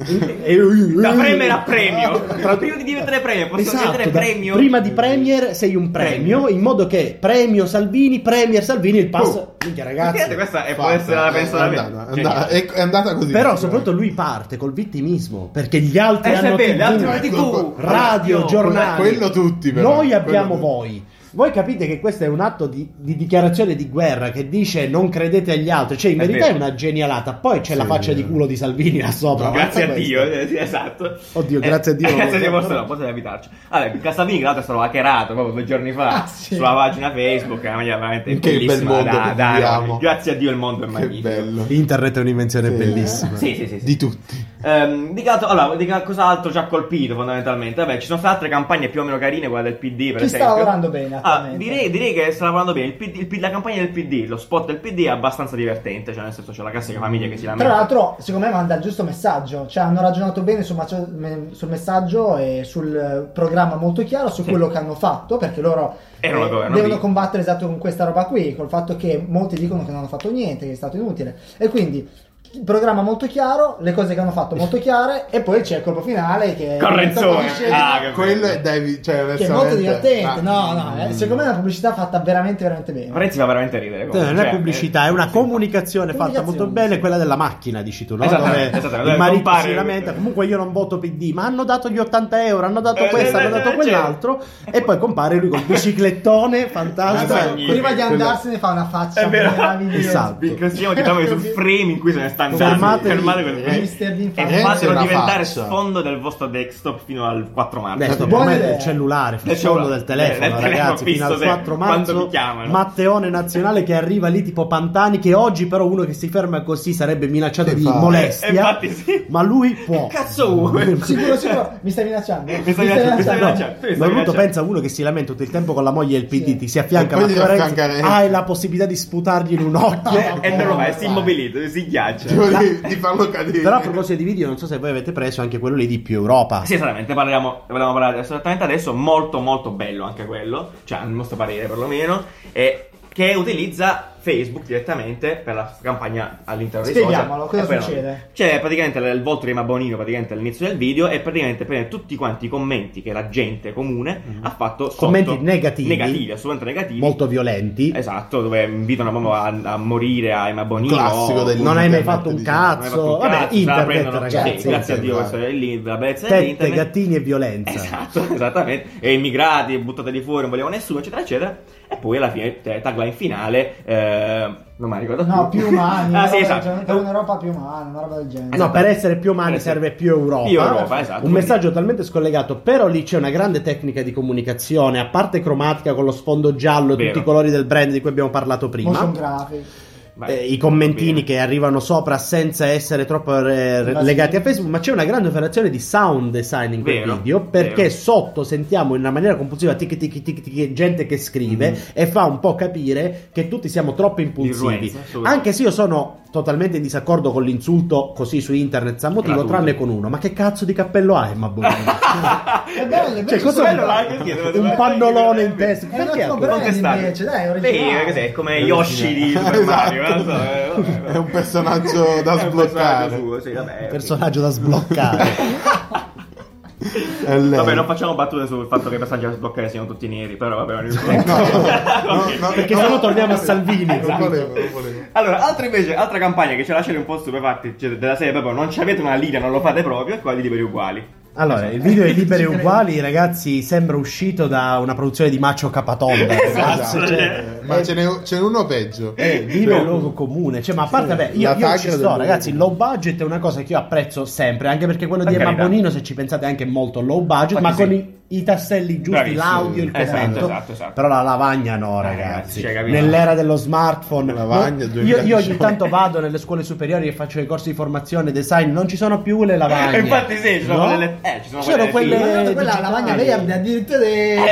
Da premier a premio. Prima di diventare premio, posso diventare premio. Prima di premier sei un premio, in modo che premio Salvini, premier Salvini, il passo. Minchia ragazzi, questa può essere la pensa è andata così. Però soprattutto lui parte col vittimismo, perché gli altri hanno TV, radio, giornali, quello tutti però. Noi abbiamo voi. Voi capite che questo è un atto di dichiarazione di guerra che dice non credete agli altri, cioè in verità è una genialata. Poi c'è la faccia di culo di Salvini là sopra. Grazie a Dio, esatto. Oddio, grazie a Dio. Grazie a Dio, poteva evitarci. Vabbè, Salvini che l'altro è stato hackerato proprio 2 giorni fa sulla pagina Facebook, è veramente bellissima. Grazie a Dio il mondo è magnifico. Bello. Internet è un'invenzione bellissima. Sì. Di tutti. Di cos'altro ci ha colpito fondamentalmente? Vabbè, ci sono state altre campagne più o meno carine, quella del PD per esempio. Sta lavorando bene. Direi che sta lavorando bene. La campagna del PD, lo spot del PD è abbastanza divertente. Cioè, nel senso, c'è la classica famiglia che si lamenta. Tra l'altro, secondo me manda il giusto messaggio. Cioè, hanno ragionato bene sul messaggio e sul programma molto chiaro su quello che hanno fatto. Perché loro devono combattere esatto con questa roba qui. Col fatto che molti dicono che non hanno fatto niente, che è stato inutile. E quindi il programma molto chiaro, le cose che hanno fatto molto chiare, e poi c'è il colpo finale che quello è che è molto divertente. Secondo me è una pubblicità fatta veramente veramente bene. Renzi fa veramente ridere. Non è pubblicità, è una comunicazione fatta molto bene, quella della macchina, dici tu, no? Esatto, il marito si lamenta, comunque io non voto PD, ma hanno dato gli 80 euro, hanno dato questo, hanno dato quell'altro, e poi compare lui col biciclettone fantastico. Prima di andarsene fa una faccia meravigliosa. Esatto. Sul frame in cui se ne sta fermate e fatelo diventare sfondo del vostro desktop fino al 4 marzo. Ormai il cellulare, il sfondo del telefono, ragazzi, fino al 4 marzo. Matteone nazionale che arriva lì tipo Pantani, che oggi però uno che si ferma così sarebbe minacciato di molestia. Infatti sì. Ma lui può. Che cazzo vuoi? Sicuro. Mi stai minacciando? Mi stai minacciando. Ma brutto, pensa uno che si lamenta tutto il tempo con la moglie e il PD, ti si affianca, ma hai la possibilità di sputargli in un occhio e non lo fai, si immobilita, si ghiaccia di farlo cadere. Però a proposito di video, non so se voi avete preso anche quello lì di Più Europa. Sì, esattamente, volevamo parlare esattamente adesso. Molto molto bello anche quello, cioè al nostro parere perlomeno, che utilizza Facebook direttamente per la campagna all'interno dei social. Spieghiamolo, cosa succede? C'è praticamente il volto di Mabonino praticamente all'inizio del video, e praticamente prende tutti quanti i commenti che la gente comune ha fatto sotto. Commenti negativi, assolutamente negativi, molto violenti. Esatto, dove invitano proprio a morire a Mabonino. Classico del non hai mai fatto un cazzo. Vabbè, internet, ragazzi. Sì, grazie a Dio, questo è la bellezza dell'internet. dell'internet. Gattini e violenza. Esatto, esattamente. E immigrati, buttateli fuori, non voleva nessuno, eccetera, eccetera. E poi alla fine, tagline finale, non mi ricordo più umani. Sì, esatto. Per un'Europa più umana, una roba del genere. No, per essere più umani serve più Europa. Più Europa, esatto. Un messaggio totalmente scollegato, però lì c'è una grande tecnica di comunicazione, a parte cromatica con lo sfondo giallo, tutti i colori del brand di cui abbiamo parlato prima. Motion graphic. I commentini che arrivano sopra senza essere troppo legati a Facebook, ma c'è una grande operazione di sound design in quel video, perché sotto sentiamo in una maniera compulsiva gente che scrive e fa un po' capire che tutti siamo troppo impulsivi. Anche se io sono totalmente in disaccordo con l'insulto così su internet a motivo, tranne con uno: ma che cazzo di cappello hai, Mabonino? È bello, cioè, cosa un pannolone in testa, perché invece, dai, è originale. È come Yoshi di Super Mario. È un personaggio da sbloccare. Personaggio da sbloccare. Vabbè, non facciamo battute sul fatto che i personaggi da sbloccare siano tutti neri, però vabbè, no, perché sennò torniamo a Salvini. Non volevo. Allora, altra campagna che ci lasciate un po' stupefatti, cioè della serie proprio non ci avete una linea, non lo fate proprio, è quella di Liberi Uguali. Allora, il video di Liberi Uguali, ragazzi, sembra uscito da una produzione di Macio Capatonda. Esatto. Ma ce n'è uno peggio. Vive il luogo comune. Cioè, ma a parte, io ci sto, ragazzi. Il low budget è una cosa che io apprezzo sempre, anche perché quello di Emma Bonino, se ci pensate, è anche molto low budget, ma con i tasselli giusti, l'audio, il commento. Esatto. Però la lavagna no, ragazzi. Nell'era dello smartphone, io ogni tanto vado nelle scuole superiori e faccio i corsi di formazione design, non ci sono più le lavagne. Infatti sì, ci sono quelle quella lavagna verde addirittura.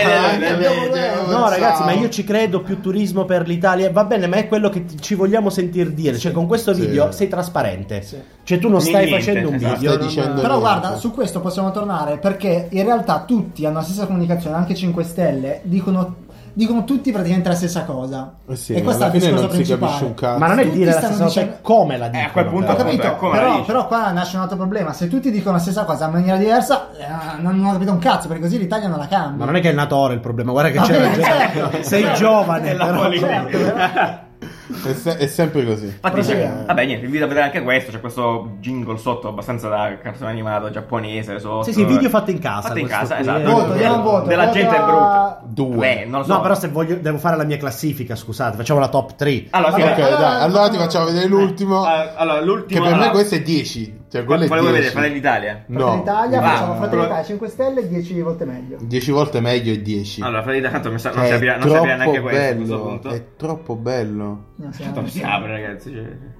No, ragazzi, ma io ci credo, più turismo per l'Italia, va bene, ma è quello che ci vogliamo sentir dire. Cioè, con questo video sei trasparente. Cioè, tu non stai facendo un video. Però guarda, su questo possiamo tornare, perché in realtà tutti hanno la stessa comunicazione, anche 5 Stelle dicono tutti praticamente la stessa cosa. Sì, e questa è la cosa principale. Un cazzo. Ma non è tutti dire la stessa cosa, come la dicono. A quel punto ho capito, però qua nasce un altro problema. Se tutti dicono la stessa cosa in maniera diversa, non ho capito un cazzo, perché così l'Italia non la cambia. Ma non è che è il nato ora il problema, guarda che c'è certo. Sei giovane, Certo. È sempre così. Infatti, vabbè, niente, invito a vedere anche questo. C'è questo jingle sotto abbastanza da cartone animato giapponese. Sotto. Sì, video fatto in casa. Fatto in casa, esatto. Voto. Della gente è brutta. 2. Non lo so. No, però se devo fare la mia classifica, scusate, facciamo la top 3. Allora ti facciamo vedere l'ultimo. L'ultimo. Che per me questo è 10. Cioè, quello è 10. Volevo vedere Fratelli d'Italia. No. Facciamo Fratelli d'Italia 5 Stelle 10 volte meglio. 10 volte meglio e 10. Allora, Fratelli d'Italia tanto non si aprirà neanche questo. È troppo bello. Non si apre, ragazzi.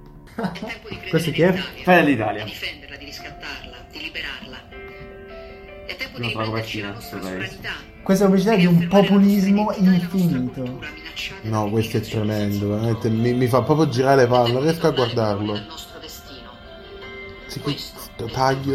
Questo chi è? Fratelli d'Italia. Di difenderla, di riscattarla, di liberarla. È tempo di Non riprenderci la nostra sovranità. Questa è la pubblicità di un populismo infinito. No, questo è tremendo, veramente mi fa proprio girare le palle, non riesco a guardarlo. Il nostro destino. Sì, questo taglio.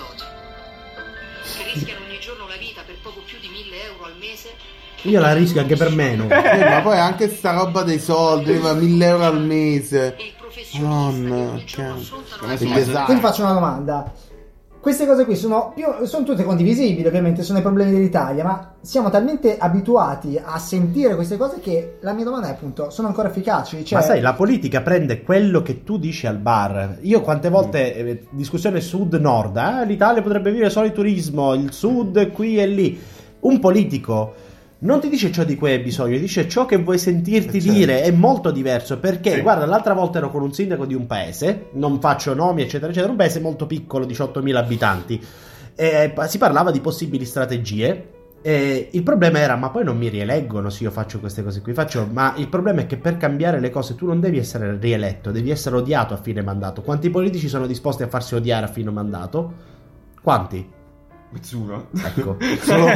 Che rischiano ogni giorno la vita per poco più di 1.000 euro al mese. Io la rischio anche per meno. Ma poi anche sta roba dei soldi, ma 1.000 euro al mese. Madonna, quindi faccio una domanda. Queste cose qui sono tutte condivisibili, ovviamente, sono i problemi dell'Italia, ma siamo talmente abituati a sentire queste cose che la mia domanda è appunto, sono ancora efficaci? Cioè... Ma sai, la politica prende quello che tu dici al bar. Io quante volte, discussione sud-nord, l'Italia potrebbe vivere solo il turismo, il sud qui e lì. Un politico non ti dice ciò di cui hai bisogno, dice ciò che vuoi sentirti dire. È molto diverso, perché guarda, l'altra volta ero con un sindaco di un paese, non faccio nomi eccetera eccetera, un paese molto piccolo, 18.000 abitanti, si parlava di possibili strategie. Il problema era, ma poi non mi rieleggono se io faccio queste cose qui. Ma il problema è che per cambiare le cose tu non devi essere rieletto, devi essere odiato a fine mandato. Quanti politici sono disposti a farsi odiare a fine mandato? Quanti? Nessuno. Ecco. Solo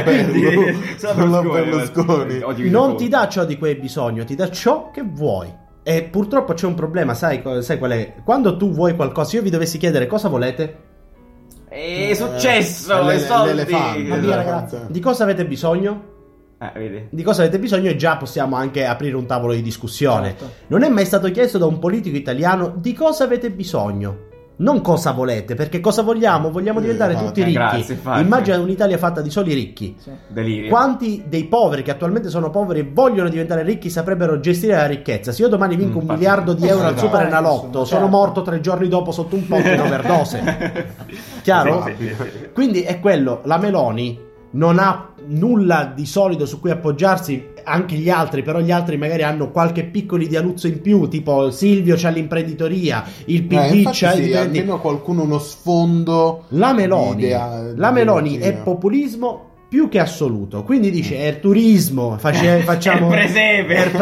Berlusconi. Non ti dà ciò di cui hai bisogno, ti dà ciò che vuoi. E purtroppo c'è un problema, sai qual è? Quando tu vuoi qualcosa, io vi dovessi chiedere cosa volete? È successo, i soldi. Di cosa avete bisogno? Vedi. Di cosa avete bisogno, e già possiamo anche aprire un tavolo di discussione. Certo. Non è mai stato chiesto da un politico italiano di cosa avete bisogno. Non cosa volete, perché cosa vogliamo? Vogliamo diventare tutti ricchi. Grazie, immagina un'Italia fatta di soli ricchi. Sì. Delirio. Quanti dei poveri che attualmente sono poveri e vogliono diventare ricchi saprebbero gestire la ricchezza? Se io domani vinco 1 miliardo di euro al Super Enalotto, sono morto 3 giorni dopo sotto un ponte in overdose. Chiaro? Sì. Quindi è quello, la Meloni non ha nulla di solido su cui appoggiarsi, anche gli altri, però gli altri magari hanno qualche piccolo idealuzzo in più, tipo Silvio c'ha l'imprenditoria, il PD c'ha almeno qualcuno uno sfondo. La Meloni è populismo più che assoluto, quindi dice è turismo, facciamo er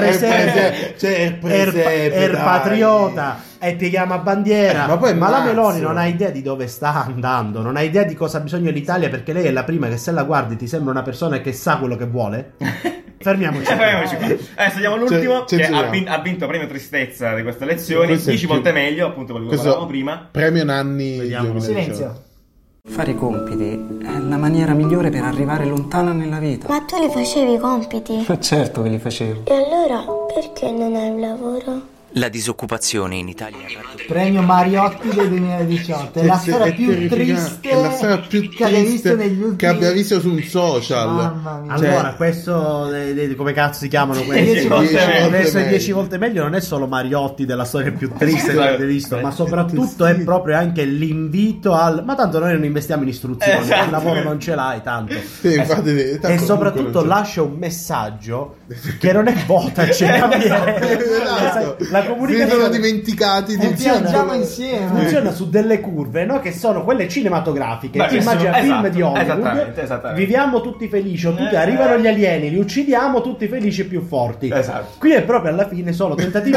patriota e pieghiamo a bandiera, ma la Meloni non ha idea di dove sta andando, non ha idea di cosa ha bisogno l'Italia, perché lei è la prima che, se la guardi, ti sembra una persona che sa quello che vuole. Fermiamoci qua. Adesso andiamo all'ultimo, che ha vinto premio tristezza di queste elezioni, 10 volte meglio, appunto quello che parlavamo prima. Premio Nanni. Silenzio. Fare i compiti è la maniera migliore per arrivare lontano nella vita. Ma tu li facevi i compiti? Ma certo che li facevo. E allora perché non hai un lavoro? La disoccupazione in Italia. Premio Mariotti del 2018. È la storia più triste. È la storia più triste che abbia visto su un social. Mamma mia. Allora, questo come cazzo si chiamano quelli? 10 volte meglio. Adesso 10 volte meglio non è solo Mariotti della storia più triste che avete visto, ma soprattutto è proprio anche l'invito al ma tanto noi non investiamo in istruzione, il lavoro non ce l'hai tanto. E soprattutto lascia un messaggio che non è votaci, la comunicazione sono dimenticati di piangiamo insieme. Funziona su delle curve, no? Che sono quelle cinematografiche. Ti immagina film di Hollywood. Esattamente. Viviamo tutti felici, arrivano gli alieni, li uccidiamo tutti felici e più forti. Esatto. Qui è proprio alla fine solo tentativi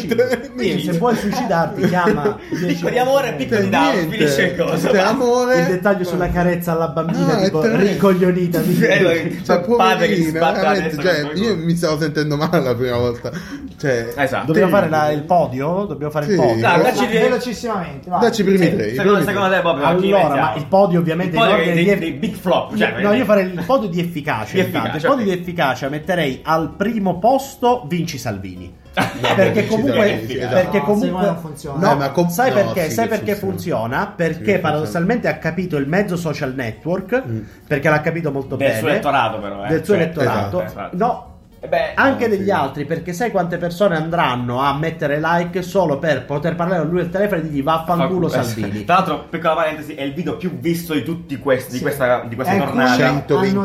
di se vuoi suicidarti chiama piccolo di amore, piccolo di down, finisce il coso. Amore. Il dettaglio sulla carezza alla bambina tipo ricoglionita padre che sbatta io mi stavo sentendo male la prima volta. Esatto. Dobbiamo fare il podio? Dobbiamo fare il podio? Velocissimamente. Dacci i primi tre. Secondo te proprio allora, ma il podio ovviamente il podio dei big flop. No, io farei il podio di efficacia. Il podio di efficacia metterei al primo posto Vinci Salvini. Perché comunque non funziona. Sai perché funziona? Perché paradossalmente ha capito il mezzo social network, perché l'ha capito molto bene. Del suo elettorato però. Del suo elettorato. Esatto. No. Anche degli altri, perché sai quante persone andranno a mettere like solo per poter parlare con lui al telefono e dirgli vaffanculo Salvini. Tra l'altro, piccola parentesi, è il video più visto di tutti questi di questa tornata.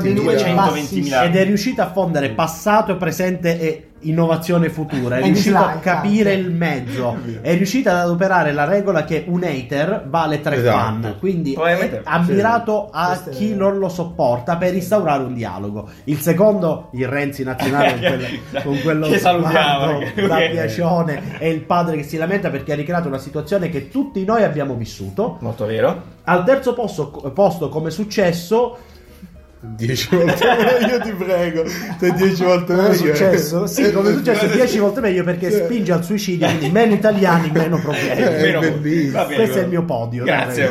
120.000 ed è riuscito a fondere passato, presente e innovazione futura. È riuscito a capire il mezzo. È riuscito ad adoperare la regola che un hater vale 3 fan. Quindi è ammirato a chi non lo sopporta per instaurare un dialogo. Il secondo, il Renzi nazionale con quello che salutiamo da piacione, e il padre che si lamenta perché ha ricreato una situazione che tutti noi abbiamo vissuto. Molto vero. Al terzo posto come successo 10 volte meglio, ti prego. 10 volte meglio. Come è successo? Sì, come è successo 10 volte meglio, perché spinge al suicidio, quindi meno italiani, meno problemi. Questo è il mio podio. Grazie,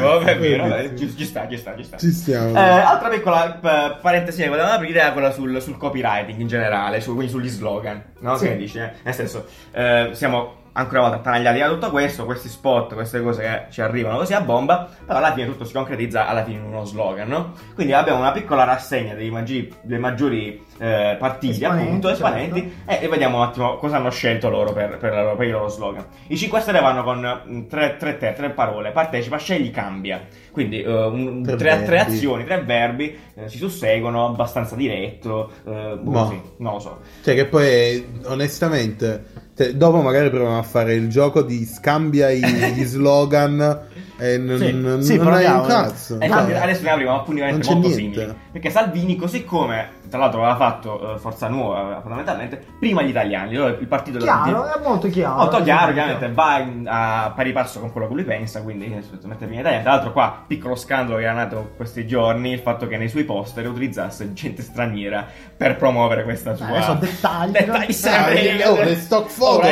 ci sta. Ci stiamo. Altra piccola parentesi che volevamo aprire era quella sul copywriting in generale, quindi sugli slogan, no? Sì. Che dici? Nel senso, siamo ancora una volta attanagliati da tutto questo, questi spot, queste cose che ci arrivano così a bomba, però alla fine tutto si concretizza alla fine in uno slogan, no? Quindi abbiamo una piccola rassegna dei maggiori partiti, appunto, esponenti, e vediamo un attimo cosa hanno scelto loro per i loro slogan. I 5 Stelle vanno con tre parole: partecipa, scegli, cambia. Quindi tre azioni, 3 verbi, si susseguono, abbastanza diretto, sì, non lo so. Cioè che poi, onestamente, dopo magari proviamo a fare il gioco di scambia gli slogan e non hai un cazzo. Adesso ne avremo appunti molto simili, perché Salvini, così come tra l'altro aveva fatto Forza Nuova fondamentalmente prima gli italiani, il partito chiaro, è molto chiaro, ovviamente va a pari passo con quello che lui pensa, quindi mette prima italiani. Tra l'altro qua piccolo scandalo che era nato questi giorni, il fatto che nei suoi poster utilizzasse gente straniera per promuovere questa sua sono dettagli le stock photo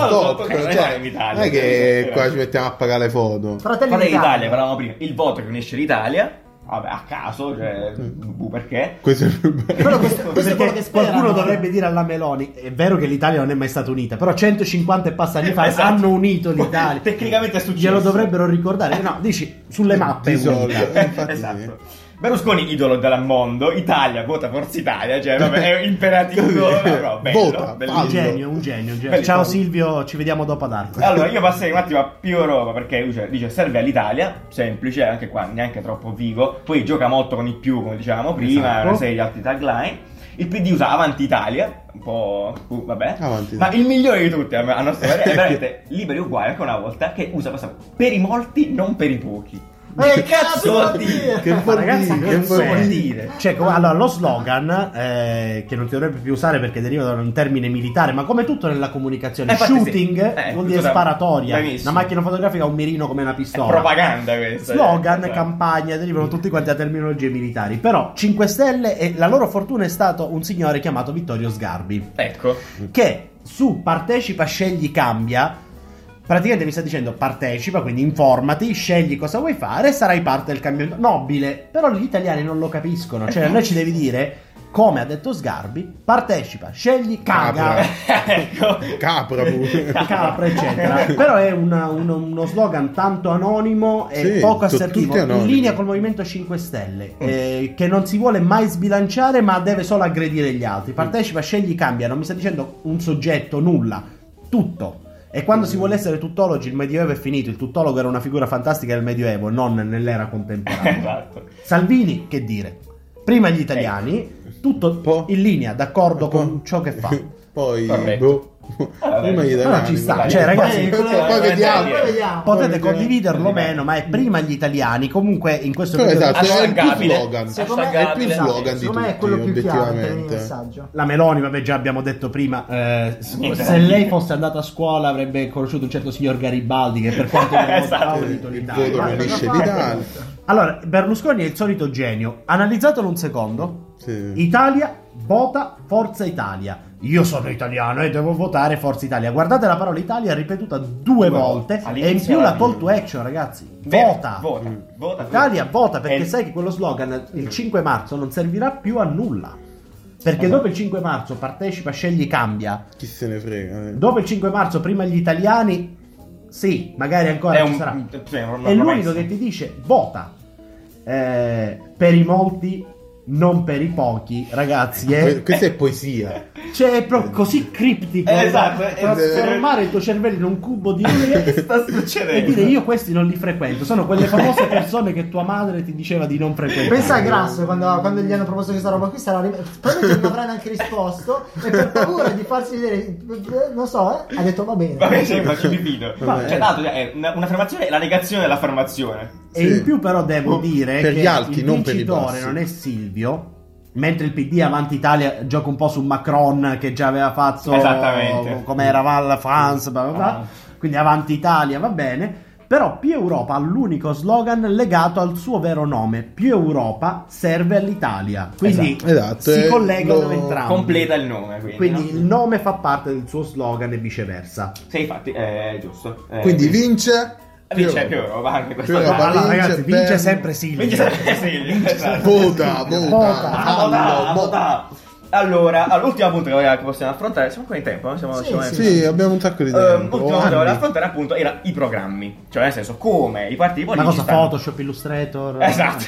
cioè, non è che qua ci mettiamo a pagare le foto. Fratelli d'Italia, parlavamo prima, il voto che unisce l'Italia. Vabbè, a caso, cioè, perché? Questo è il più bello. Perché qualcuno dovrebbe dire alla Meloni: è vero che l'Italia non è mai stata unita, però 150 e passa anni fa hanno unito l'Italia. Tecnicamente è successo. Glielo dovrebbero ricordare. No, dici sulle mappe. Esatto. Berlusconi, idolo del mondo. Italia, vota Forza Italia. Cioè, vabbè, è imperativo. No, bello, un genio. Ciao Silvio, ci vediamo dopo ad Arco. Allora, io passerei un attimo a più Europa, perché dice serve all'Italia. Semplice, anche qua neanche troppo figo. Poi gioca molto con i più, come dicevamo prima, una serie di altri tagline. Il PD usa Avanti Italia, un po', vabbè. Ma il migliore di tutti, a nostro parere, è veramente Liberi Uguali, anche una volta, che usa questa per i molti, non per i pochi. Che cazzo vuol dire? Che vuol dire? Cioè, allora, lo slogan, che non si dovrebbe più usare perché deriva da un termine militare, ma come tutto nella comunicazione, shooting vuol dire sparatoria. Benissimo. Una macchina fotografica ha un mirino come una pistola. È propaganda questa. Slogan, campagna, derivano tutti quanti da terminologie militari. Però 5 Stelle e la loro fortuna è stato un signore chiamato Vittorio Sgarbi. Ecco. Che su partecipa, scegli, cambia. Praticamente mi sta dicendo partecipa, quindi informati, scegli cosa vuoi fare e sarai parte del cambiamento. Nobile, però gli italiani non lo capiscono. Cioè, a noi ci devi dire, come ha detto Sgarbi, partecipa, scegli, caga. Capra, eccetera. Però è uno slogan tanto anonimo e poco assertivo, in linea col Movimento 5 Stelle, che non si vuole mai sbilanciare, ma deve solo aggredire gli altri. Partecipa, scegli, cambia. Non mi sta dicendo un soggetto, nulla, tutto. E quando si vuole essere tuttologi, il Medioevo è finito. Il tuttologo era una figura fantastica del Medioevo, non nell'era contemporanea. Esatto. Salvini, che dire? Prima gli italiani, tutto in linea, d'accordo con ciò che fa. Poi prima gli italiani, ci sta. Cioè, ragazzi, potete condividerlo o meno, ma è prima gli italiani. Comunque, in questo periodo è il più slogan. È il più slogan di tutti, è quello più obiettivamente. La Meloni, vabbè, già abbiamo detto prima, se lei fosse andata a scuola avrebbe conosciuto un certo signor Garibaldi, che per quanto ha unito l'Italia. Allora, Berlusconi è il solito genio. Analizzatelo un secondo. Italia, vota Forza Italia. Io sono italiano e devo votare Forza Italia. Guardate la parola Italia ripetuta 2 volte e in più la call to action, ragazzi. Vota. Italia, vota, perché sai che quello slogan il 5 marzo non servirà più a nulla. Perché dopo il 5 marzo partecipa, scegli, cambia. Chi se ne frega. Dopo il 5 marzo, prima gli italiani, sì, magari ancora ci sarà. È l'unico che ti dice vota. Per i molti, non per i pochi, ragazzi. Questa è poesia. Cioè, è proprio così criptico. Esatto. Trasformare il tuo cervello in un cubo di sta succedendo. E dire io questi non li frequento. Sono quelle famose persone che tua madre ti diceva di non frequentare. Pensa a Grasso quando gli hanno proposto questa roba qui, probabilmente non avranno neanche risposto e per paura di farsi vedere, non so, ha detto va bene. Ma ci divido. Cioè, tanto è un'affermazione è la negazione dell'affermazione. E in più però devo dire per che gli alti, il non per i vincitore bassi. non è Silvio, mentre il PD Avanti Italia gioca un po' su Macron, che già aveva fatto come era Val France, quindi Avanti Italia va bene. Però Più Europa ha l'unico slogan legato al suo vero nome: Più Europa serve all'Italia. Quindi si collegano entrambi. Completa il nome. Quindi il nome fa parte del suo slogan e viceversa. Sì, infatti, è giusto. Quindi vince Più Europa, anche questa allora, ragazzi, vince sempre Silvio. Vince sempre Silvio. Vota. Allora, l'ultimo punto che possiamo affrontare, siamo ancora in tempo, no? Sì, abbiamo un sacco di tempo. L'ultimo punto che voglio affrontare appunto era i programmi, cioè nel senso come i partiti politici. Ma cosa, Photoshop, Illustrator? Esatto,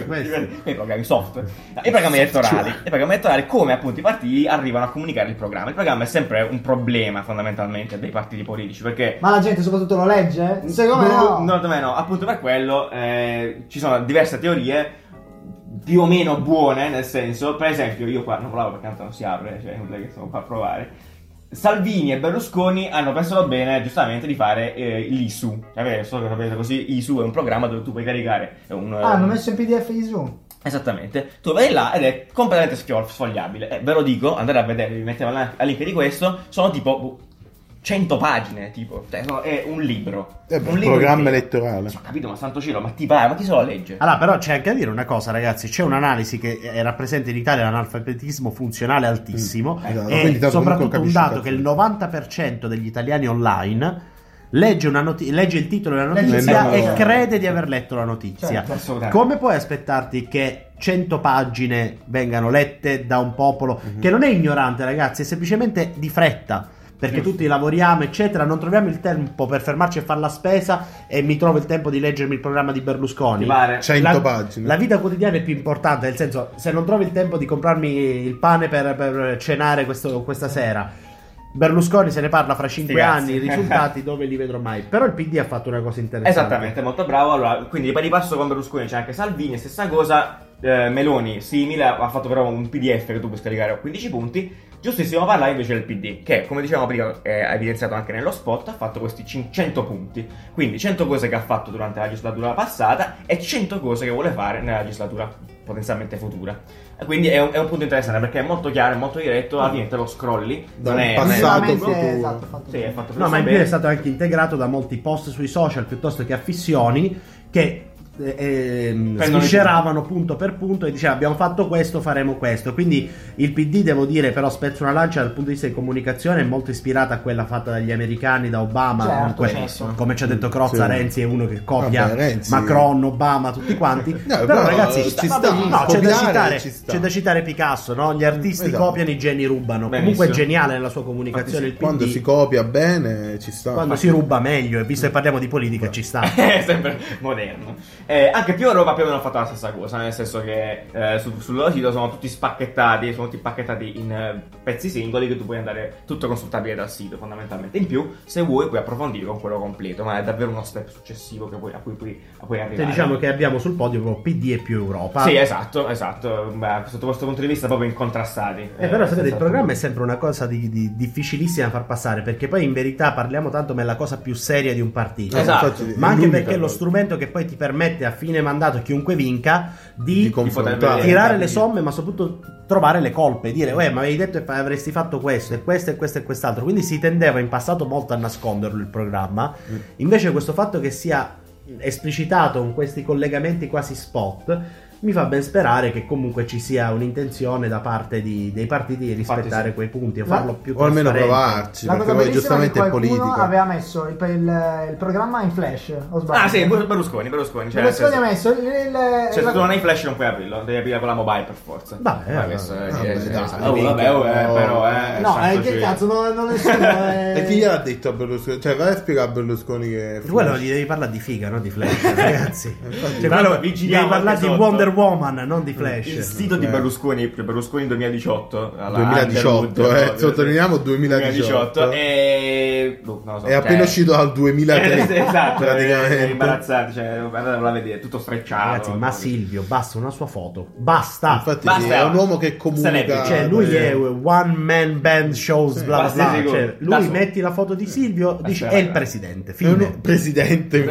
i programmi soft, i programmi elettorali, come appunto i partiti arrivano a comunicare il programma. Il programma è sempre un problema fondamentalmente dei partiti politici, perché ma la gente soprattutto lo legge? Secondo me no, appunto per quello ci sono diverse teorie più o meno buone, nel senso, per esempio, io qua non provo perché tanto non si apre, cioè non è che stiamo qua a provare. Salvini e Berlusconi hanno pensato bene, giustamente, di fare l'ISU. So che sapete così, ISU è un programma dove tu puoi caricare hanno messo il PDF ISU. Esattamente, tu vai là ed è completamente sfogliabile. Ve lo dico, andate a vedere, vi mettiamo il link di questo, sono tipo 100 pagine, tipo, è un libro. È un programma elettorale. Ho capito, ma santo cielo, ma ti pare, ma chi se lo legge? Allora, però c'è anche da dire una cosa, ragazzi, c'è un'analisi che rappresenta in Italia l'analfabetismo funzionale altissimo e soprattutto un dato che il 90% degli italiani online legge il titolo della notizia e crede di aver letto la notizia. Certo, come puoi aspettarti che 100 pagine vengano lette da un popolo che non è ignorante, ragazzi, è semplicemente di fretta? Perché tutti lavoriamo, eccetera, non troviamo il tempo per fermarci a fare la spesa e mi trovo il tempo di leggermi il programma di Berlusconi. 100 pagine. La vita quotidiana è più importante, nel senso, se non trovi il tempo di comprarmi il pane per cenare questa sera, Berlusconi se ne parla fra 5 anni, i risultati dove li vedrò mai. Però il PD ha fatto una cosa interessante. Esattamente, molto bravo. Allora, quindi di passo con Berlusconi c'è anche Salvini, stessa cosa. Meloni simile, ha fatto però un PDF che tu puoi scaricare a 15 punti. Giustissimo parlare invece del PD, che come dicevamo prima, ha evidenziato anche nello spot, ha fatto questi 100 punti. Quindi 100 cose che ha fatto durante la legislatura passata e 100 cose che vuole fare nella legislatura potenzialmente futura. Quindi è un punto interessante perché è molto chiaro, è molto diretto, alla fine te lo scrolli, non è passato esatto, sì, è fatto no, ma in più è stato anche integrato da molti post sui social piuttosto che affissioni che svisceravano punto per punto e diceva abbiamo fatto questo, faremo questo. Quindi il PD, devo dire, però spezzo una lancia dal punto di vista di comunicazione, è molto ispirata a quella fatta dagli americani, da Obama, come ci ha detto Crozza, sì. Renzi è uno che copia Macron, Obama, tutti quanti. però ragazzi c'è da citare Picasso, no? Gli artisti copiano, i geni rubano. Benissimo. Comunque è geniale nella sua comunicazione il PD. Quando si copia bene ci sta, quando si ruba meglio, e visto che parliamo di politica ci sta. È sempre moderno. Anche più Europa più o meno ha fatto la stessa cosa, nel senso che sul loro sito sono tutti spacchettati, in pezzi singoli che tu puoi andare, tutto consultabile dal sito fondamentalmente. In più, se vuoi, puoi approfondire con quello completo, ma è davvero uno step successivo a cui puoi arrivare. Cioè, diciamo che abbiamo sul podio proprio PD e più Europa. Sì, esatto. Beh, sotto questo punto di vista proprio incontrastati. Però sapete, il programma è sempre una cosa di difficilissima da far passare, perché poi in verità parliamo tanto, ma è la cosa più seria di un partito. Esatto. Ma anche perché è lo strumento che poi ti permette a fine mandato, chiunque vinca, di tirare le somme, ma soprattutto trovare le colpe, dire ma avevi detto che avresti fatto questo e questo e questo e quest'altro. Quindi si tendeva in passato molto a nasconderlo il programma. Invece questo fatto che sia esplicitato con questi collegamenti quasi spot mi fa ben sperare che comunque ci sia un'intenzione da parte dei partiti di rispettare quei punti o farlo più trasparente. O almeno provarci, perché poi giustamente è politica. Aveva messo il programma in flash, o sbaglio? Ah sì, Berlusconi ha messo se tu non hai flash non puoi aprirlo, devi aprire con la mobile per forza. Che cazzo, non è E chi gliel'ha detto a Berlusconi? Cioè vai a spiegare a Berlusconi che quello gli devi parlare di figa, non di flash, ragazzi. Devi parlare di Wonder Woman, non di Flash. Il sito di Berlusconi 2018 sottolineiamo 2018 è appena uscito dal 2003. Esatto, praticamente è imbarazzante, cioè andatevela a vedere, tutto strecciato. Ragazzi, ma Silvio, basta una sua foto, basta. Infatti è un uomo che comunica, cioè lui è one man band shows, bla bla bla, cioè, lui metti la foto di Silvio, dice è il presidente, presidente.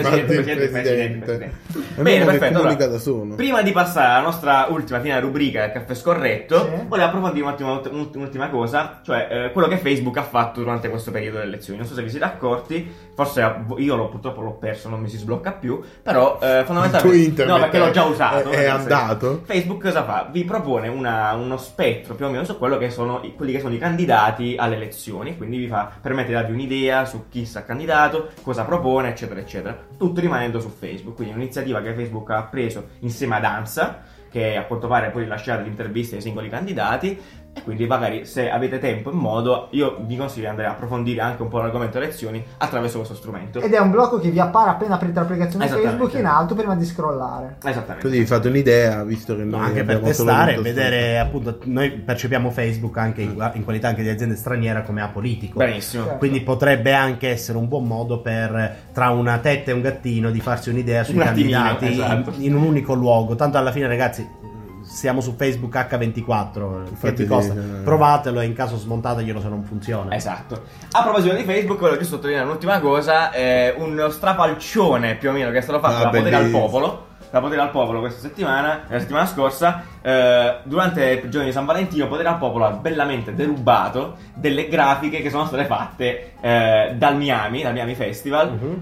Bene, perfetto. Comunica da solo. Prima di passare alla nostra ultima fine rubrica del caffè scorretto, volevo approfondire un'ultima cosa, cioè quello che Facebook ha fatto durante questo periodo delle elezioni. Non so se vi siete accorti, forse io purtroppo l'ho perso, non mi si sblocca più, però fondamentalmente no, perché l'ho già usato, è andato. Facebook cosa fa? Vi propone uno spettro più o meno su quelli che sono i candidati alle elezioni, quindi vi permette di darvi un'idea su chi sta candidato, cosa propone, eccetera eccetera, tutto rimanendo su Facebook. Quindi è un'iniziativa che Facebook ha preso insieme ad ANSA, che a quanto pare poi rilasciate le interviste ai singoli candidati, E quindi magari se avete tempo e modo, io vi consiglio di andare a approfondire anche un po' l'argomento elezioni attraverso questo strumento. Ed è un blocco che vi appare appena aprite l'applicazione Facebook in alto prima di scrollare. Esattamente. Così vi fate un'idea, visto che noi anche per testare e vedere, appunto, noi percepiamo Facebook anche in qualità anche di azienda straniera come apolitico. Benissimo. Certo. Quindi potrebbe anche essere un buon modo per, tra una tetta e un gattino, di farsi un'idea sui candidati esatto. in un unico luogo. Tanto alla fine, ragazzi, siamo su Facebook H24, che ti costa? Provatelo e in caso smontateglielo se non funziona. Esatto. A proposito di Facebook, voglio sottolineare un'ultima cosa, uno strafalcione più o meno che è stato fatto da Potere al Popolo. Da Potere al Popolo questa settimana, la settimana scorsa, durante il giorno di San Valentino, Potere al Popolo ha bellamente derubato delle grafiche che sono state fatte dal Miami Festival,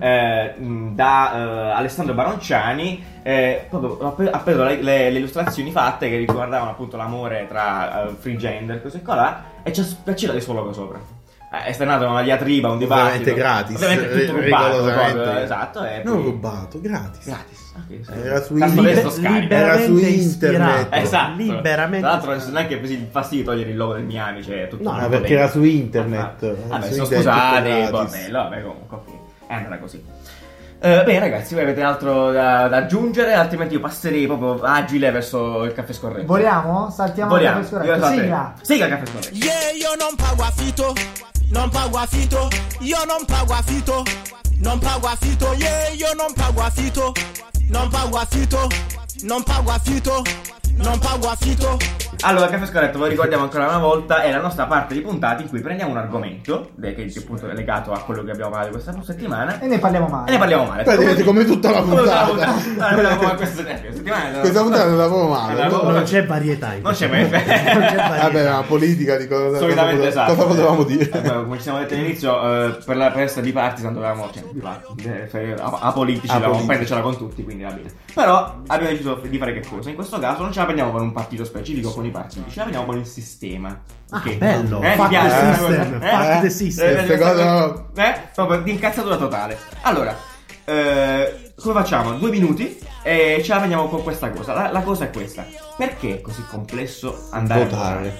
da Alessandro Baronciani. Proprio ha preso le illustrazioni fatte che riguardavano appunto l'amore tra free gender, così qua, e ci ha citato il suo logo sopra. È stata una diatriba, un dibattito. Ovviamente gratis. Ovviamente tutto rubato proprio, esatto. Non rubato, gratis. Okay, sì. Era su internet. Esatto. Liberamente. Tra l'altro non è che così fastidio togliere il logo del Miami, cioè tutto. No, perché era su internet. Vabbè, sono scusati, bordello, vabbè, comunque è andata così. Bene ragazzi, voi avete altro da aggiungere? Altrimenti io passerei proprio agile verso il caffè scorretto. Vogliamo? Saltiamo il caffè scorretto. Sigla il caffè scorretto. Yeah, io non pago affitto. Non pago affitto. Io non pago affitto. Non pago affitto. Yeah, io non pago affitto. Non pago affitto. Non pago affitto. Non pago affitto. Allora, Caffè Scorretto, vi ricordiamo ancora una volta, è la nostra parte di puntate in cui prendiamo un argomento che appunto è legato a quello che abbiamo parlato questa settimana e ne parliamo male. Praticamente come tutta la puntata. Questa settimana questa puntata ne lavoro male. Non c'è varietà. Non c'è varietà. Vabbè, la politica di cosa solitamente esatto. Cosa potevamo dire? Come ci siamo detti all'inizio, per essere di partisan dovevamo, apolitici, dovevamo prendercela con tutti, quindi va bene. Però abbiamo deciso di fare che cosa? In questo caso non ce la prendiamo con un partito specifico, con i partiti, ce la prendiamo con il sistema. Okay. Bello, fuck the system. Proprio di incazzatura totale. Allora, come facciamo? 2 minuti e ce la prendiamo con questa cosa. La cosa è questa: perché è così complesso andare a votare?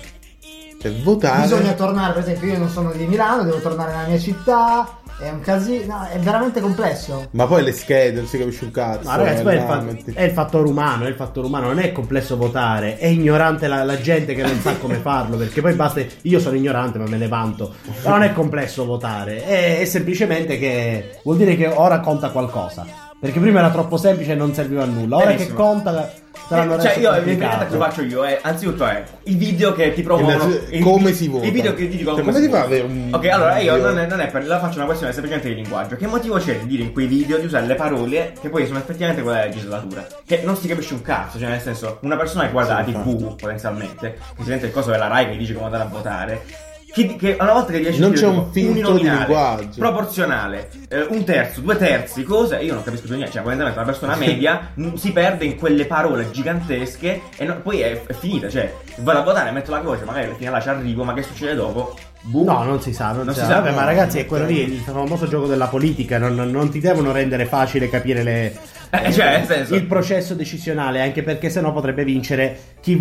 Votare. Bisogna tornare, per esempio, io non sono di Milano, devo tornare nella mia città. È un casino, è veramente complesso. Ma poi le schede, non si capisce un cazzo. Ma ragazzi, poi è il fattore umano, non è complesso votare, è ignorante la gente che non sa come farlo, perché poi basta, io sono ignorante ma me ne vanto. Ma non è complesso votare, è semplicemente che vuol dire che ora conta qualcosa. Perché prima era troppo semplice e non serviva a nulla. Ora che conta, cioè io l'impegnato che faccio io è anzitutto il video che ti promuovono, come si vota, il video che ti dicono come si fa avere un ok, allora io non è per la faccio una questione semplicemente di linguaggio. Che motivo c'è di dire in quei video di usare le parole che poi sono effettivamente quella della legislatura, che non si capisce un cazzo, cioè nel senso una persona che guarda la TV potenzialmente, che si sente il coso della Rai che dice come andare a votare, che una volta che riesci non a dire c'è un filtro di linguaggio proporzionale, 1/3, 2/3, cose, io non capisco più niente. Cioè, potenzialmente una persona media si perde in quelle parole gigantesche e poi è finita. Cioè, vado a votare, metto la croce, magari fino là ci arrivo, ma che succede dopo? No, non si sa, non si sa. Vabbè, ma ragazzi, è quello lì, il famoso gioco della politica. Non ti devono rendere facile capire cioè, nel senso, il processo decisionale, anche perché sennò potrebbe vincere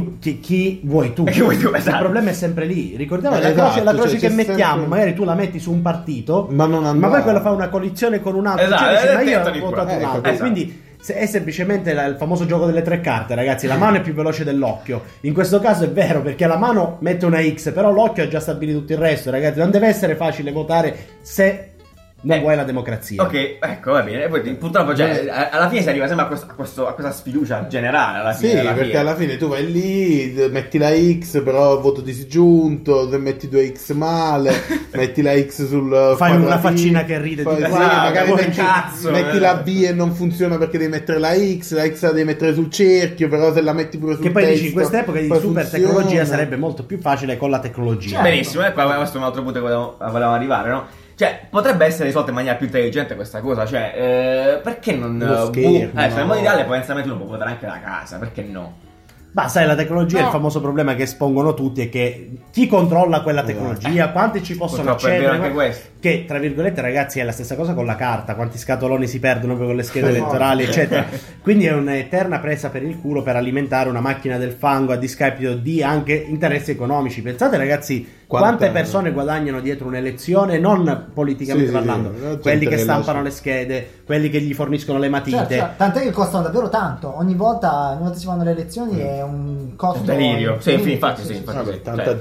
chi vuoi tu. Esatto. Il problema è sempre lì. Ricordiamo la croce che mettiamo, sempre... magari tu la metti su un partito, ma poi quello fa una coalizione con un altro. Esatto, cioè, ma io ho votato un altro. Esatto. Quindi è semplicemente il famoso gioco delle 3 carte, ragazzi. La mano è più veloce dell'occhio. In questo caso è vero, perché la mano mette una X, però l'occhio ha già stabilito tutto il resto, ragazzi. Non deve essere facile votare se non vuoi la democrazia. Ok, ecco, va bene. Poi purtroppo alla fine si arriva sempre a questa sfiducia generale. Alla fine, perché alla fine tu vai lì, metti la X, però voto disgiunto, metti 2 X male, metti la X sul fai una faccina che ride di magari metti la B e non funziona perché devi mettere la X la devi mettere sul cerchio, però se la metti pure sul che poi testo, dici in quest'epoca di super tecnologia sarebbe molto più facile con la tecnologia. Certo. Benissimo, questo è un altro punto che volevamo arrivare, no? Cioè, potrebbe essere risolta in maniera più intelligente questa cosa, cioè, perché non... schermo, in modo ideale potenzialmente uno può votare anche da casa, perché no? Ma sai, la tecnologia, il famoso problema che espongono tutti è che chi controlla quella tecnologia, quanti ci possono accedere, anche questo. Che tra virgolette, ragazzi, è la stessa cosa con la carta, quanti scatoloni si perdono con le schede elettorali, eccetera. Quindi è un'eterna presa per il culo per alimentare una macchina del fango a discapito di anche interessi economici. Pensate, ragazzi, quante persone guadagnano dietro un'elezione, non politicamente parlando, quelli che stampano le schede, quelli che gli forniscono le matite. Certo. Tant'è che costano davvero tanto. Ogni volta si fanno le elezioni è un costo delirio. Sì, infatti. Tanta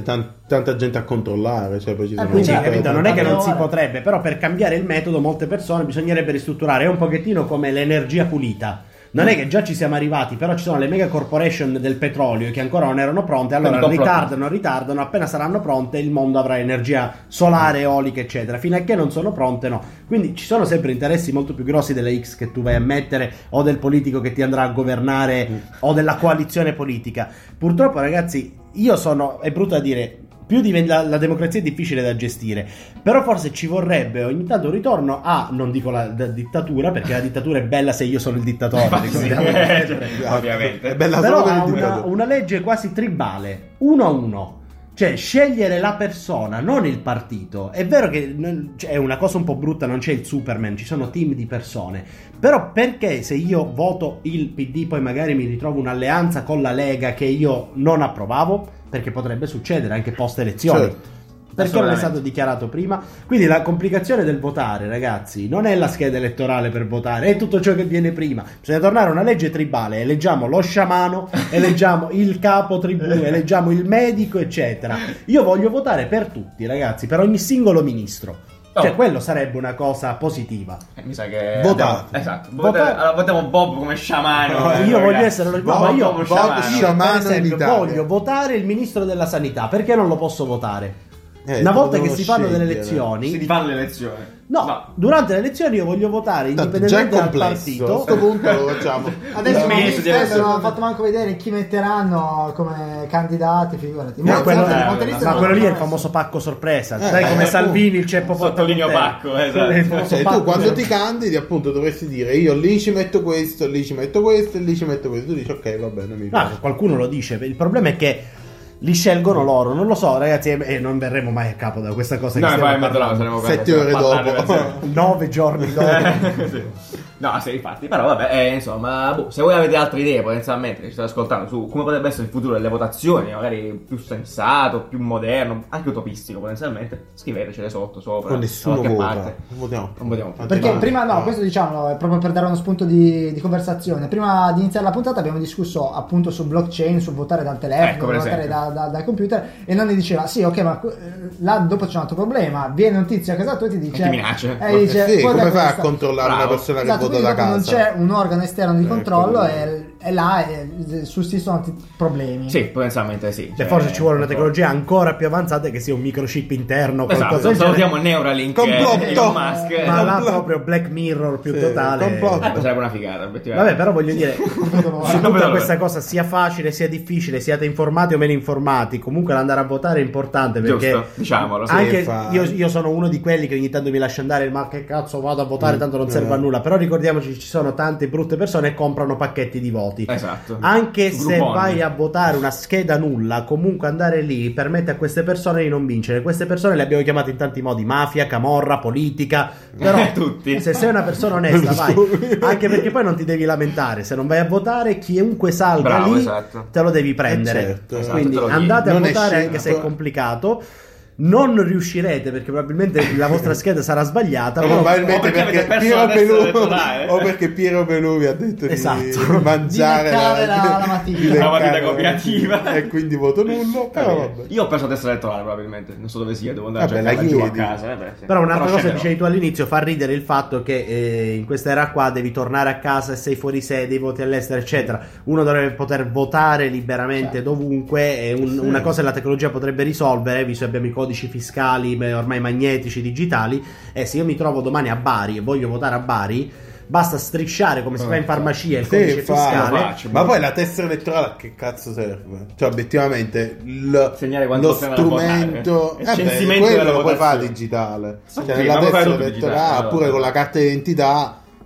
gente a controllare, cioè poi ci sono quindi, capito, non è che non si potrebbe, però per cambiare il metodo molte persone bisognerebbe ristrutturare. È un pochettino come l'energia pulita. Non è che già ci siamo arrivati, però ci sono le mega corporation del petrolio che ancora non erano pronte, allora ritardano, appena saranno pronte il mondo avrà energia solare, eolica, eccetera. Fino a che non sono pronte, no. Quindi ci sono sempre interessi molto più grossi delle X che tu vai a mettere, o del politico che ti andrà a governare, o della coalizione politica. Purtroppo, ragazzi, è brutto da dire, la democrazia è difficile da gestire, però forse ci vorrebbe ogni tanto un ritorno a, non dico la dittatura, perché la dittatura è bella se io sono il dittatore, ovviamente è bella, però ha una legge quasi tribale, 1-1, cioè scegliere la persona, non il partito. È vero che è una cosa un po' brutta, non c'è il Superman, ci sono team di persone, però perché se io voto il PD poi magari mi ritrovo un'alleanza con la Lega che io non approvavo? Perché potrebbe succedere anche post elezioni. Certo. Perché non è stato dichiarato prima? Quindi la complicazione del votare, ragazzi, non è la scheda elettorale per votare, è tutto ciò che viene prima. Bisogna tornare a una legge tribale, eleggiamo lo sciamano, eleggiamo il capo tribù, eleggiamo il medico, eccetera. Io voglio votare per tutti, ragazzi, per ogni singolo ministro. Cioè, quello sarebbe una cosa positiva. Mi sa che votare. Esatto. Allora votiamo Bob come sciamano. Io voglio essere Bob sciamano per esempio, voglio votare il ministro della sanità. Perché non lo posso votare? Una volta che si fanno delle elezioni, si fanno le elezioni. No, durante le elezioni io voglio votare indipendentemente dal partito. A questo punto lo facciamo. Adesso non hanno fatto manco vedere chi metteranno come candidati, figurati. Ma quello lì è il famoso pacco sorpresa. Sai come Salvini, il ceppo sottolineo pacco, esatto. Tu quando ti candidi, appunto, dovresti dire io lì ci metto questo, lì ci metto questo e lì ci metto questo. Tu dici ok, va bene, mi piace. Qualcuno lo dice. Il problema è che li scelgono loro, non lo so, ragazzi, e non verremo mai a capo da questa cosa. No, che stiamo parlando. 7 ore dopo, 9 giorni dopo. Sì. No, sì, infatti, però vabbè, insomma, se voi avete altre idee potenzialmente che ci state ascoltando su come potrebbe essere il futuro delle votazioni, magari più sensato, più moderno, anche utopistico potenzialmente, scrivetecele sopra. Nessuno vota. Non votiamo. Perché prima, questo diciamo è proprio per dare uno spunto di conversazione. Prima di iniziare la puntata abbiamo discusso appunto su blockchain, su votare dal telefono, votare dal computer, e non ne diceva sì, ok, ma là dopo c'è un altro problema, viene un tizio a casa tua e ti dice, ti minaccia. Dice, come fai a controllare una persona che vota da casa? Non c'è un organo esterno di controllo e là sussistono tanti problemi. Sì, potenzialmente sì. Cioè, forse ci vuole una tecnologia ancora più avanzata che sia un microchip interno. Esatto, salutiamo Neuralink Elon Musk. Ma là proprio Black Mirror più totale. Sarebbe una figata. Vabbè, però voglio dire, su tutta questa cosa, sia facile, sia difficile, siate informati o meno informati, comunque l'andare a votare è importante, perché giusto, diciamolo. Anche io sono uno di quelli che ogni tanto mi lascia andare, ma che cazzo vado a votare, tanto non serve a nulla. Però ricordiamoci, ci sono tante brutte persone che comprano pacchetti di voti. Esatto. Anche se vai a votare una scheda nulla, comunque andare lì permette a queste persone di non vincere. Queste persone le abbiamo chiamate in tanti modi: mafia, camorra, politica. Però tutti. Se sei una persona onesta, vai. Anche perché poi non ti devi lamentare. Se non vai a votare, chiunque salga lì te lo devi prendere. Quindi andate a votare, anche se è complicato. Non riuscirete perché probabilmente la vostra scheda sarà sbagliata, probabilmente perché Piero Pelù vi ha detto di mangiare la matita cooperativa e quindi voto nullo. Però vabbè. Io ho perso la testa elettorale, probabilmente non so dove sia, devo andare giù a casa. Però un'altra cosa che dicevi tu all'inizio fa ridere il fatto che in questa era qua devi tornare a casa e sei fuori sede, i voti all'estero eccetera. Uno dovrebbe poter votare liberamente dovunque, e una cosa che la tecnologia potrebbe risolvere, visto che abbiamo i codici fiscali ormai magnetici, digitali, e se io mi trovo domani a Bari e voglio votare a Bari, basta strisciare come si fa in farmacia il codice fiscale. Ma poi la tessera elettorale a che cazzo serve? Cioè obiettivamente lo strumento quello lo puoi fare digitale, cioè nella tessera elettorale oppure con la carta d'identità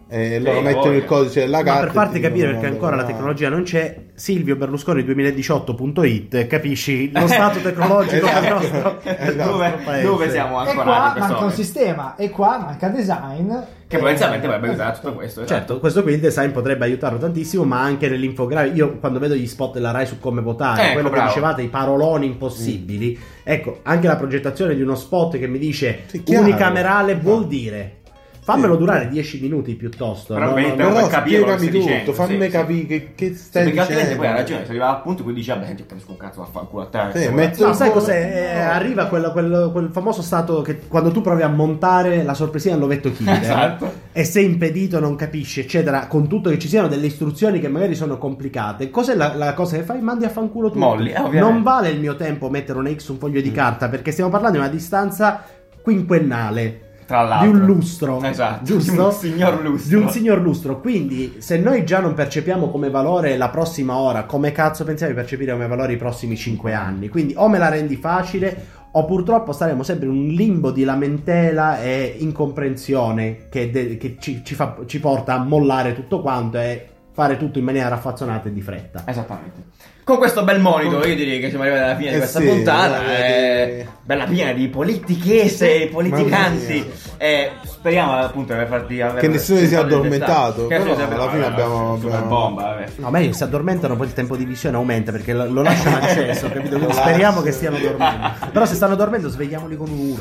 e loro mettono il codice della carta. Ma per farti capire perché ancora la tecnologia non c'è, Silvio Berlusconi 2018.it, capisci lo stato tecnologico del nostro paese. Dove siamo ancora? E qua manca un sistema, e qua manca design. Che potenzialmente potrebbe aiutare a tutto questo. Esatto. Certo, questo qui il design potrebbe aiutarlo tantissimo, ma anche nell'infografica. Io quando vedo gli spot della Rai su come votare, quello che dicevate, i paroloni impossibili, ecco, anche la progettazione di uno spot che mi dice unicamerale vuol dire fammelo durare 10 minuti piuttosto. Però però spiegami tutto, fammi capire che stai dicendo. Perché poi ha ragione, se arriva al punto in cui dici vabbè, io capisco un cazzo, vaffanculo a te. No, sai cos'è? Arriva quel famoso stato che quando tu provi a montare la sorpresina all'ovetto Kinder, esatto, e sei impedito, non capisci, eccetera, con tutto che ci siano delle istruzioni che magari sono complicate, cos'è la cosa che fai? Mandi a fanculo tutto. Molli, non vale il mio tempo mettere una X su un foglio di carta, perché stiamo parlando di una distanza quinquennale. Tra l'altro, di un lustro, esatto, giusto? Di un signor lustro. Quindi, se noi già non percepiamo come valore la prossima ora, come cazzo pensiamo di percepire come valore i prossimi 5 anni? Quindi, o me la rendi facile, o purtroppo staremo sempre in un limbo di lamentela e incomprensione che ci porta a mollare tutto quanto e fare tutto in maniera raffazzonata e di fretta. Esattamente. Con questo bel monito io direi che siamo arrivati alla fine di questa puntata, bella piena di politichese, politicanti, speriamo appunto di farti che nessuno si sia addormentato. Alla fine abbiamo bomba. No, meglio, se addormentano poi il tempo di visione aumenta perché lo lasciano acceso, capito? Quindi speriamo che stiano dormendo. Però se stanno dormendo svegliamoli con un urlo.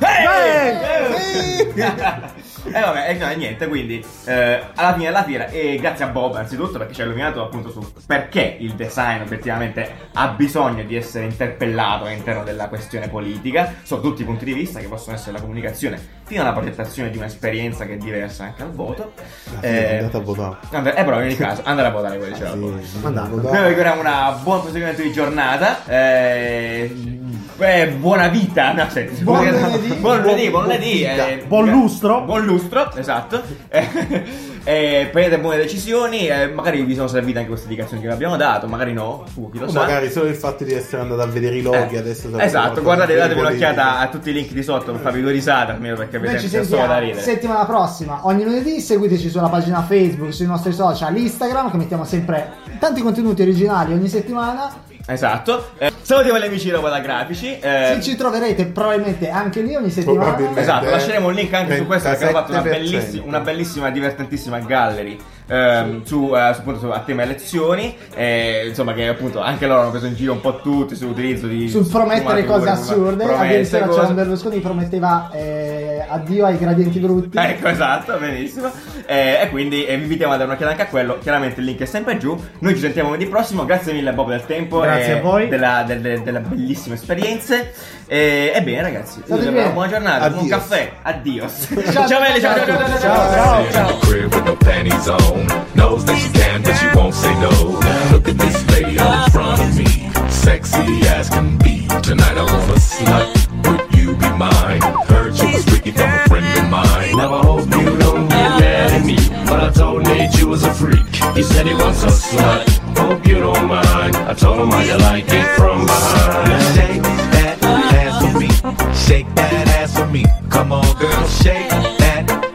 Vabbè, niente, quindi alla fine della fiera, e grazie a Bob anzitutto perché ci ha illuminato appunto su perché il design obiettivamente ha bisogno di essere interpellato all'interno della questione politica sotto tutti i punti di vista, che possono essere la comunicazione fino alla progettazione di un'esperienza che è diversa anche al voto. Andate a votare. Però in ogni caso andare a votare, come diceva Bob. Noi vi auguriamo una buon proseguimento di giornata. Buona vita, no, buon lunedì, buon lustro, esatto. Prendete buone decisioni, magari vi sono servite anche queste indicazioni che vi abbiamo dato, magari no, chi lo sa. Magari solo il fatto di essere andato a vedere i loghi adesso. Esatto, guardate, datevi un'occhiata a tutti i link di sotto per farvi due risate, almeno perché vedete c'è solo da ridere. Settimana prossima, ogni lunedì, seguiteci sulla pagina Facebook, sui nostri social, Instagram, che mettiamo sempre tanti contenuti originali ogni settimana. Esatto. Salutiamo gli amici Robografici. Sì, ci troverete probabilmente anche lì ogni settimana. Esatto, lasceremo un link anche su questo perché hanno fatto una bellissima, divertentissima gallery su a tema elezioni, insomma, che appunto anche loro hanno preso in giro un po' tutti sull'utilizzo di sul promettere cose assurde. Addirittura c'era un Berlusconi prometteva addio ai gradienti brutti. Ecco, esatto, benissimo. E quindi vi invitiamo a dare un'occhiata anche a quello. Chiaramente il link è sempre giù. Noi ci sentiamo lunedì prossimo. Grazie mille Bob del tempo. Grazie a voi delle bellissime esperienze. E bene ragazzi, buona giornata, buon caffè, addio. Ciao belli, ciao. Knows that she can, but she won't say no. Look at this lady in front of me, sexy as can be. Tonight I want a slut, would you be mine? Heard she was freaky from a friend of mine. Now I hope you don't get mad at me, but I told Nate you was a freak. He said he wants a slut, hope you don't mind. I told him how you like it from behind. Shake that ass for me, shake that ass for me. Come on girl, shake that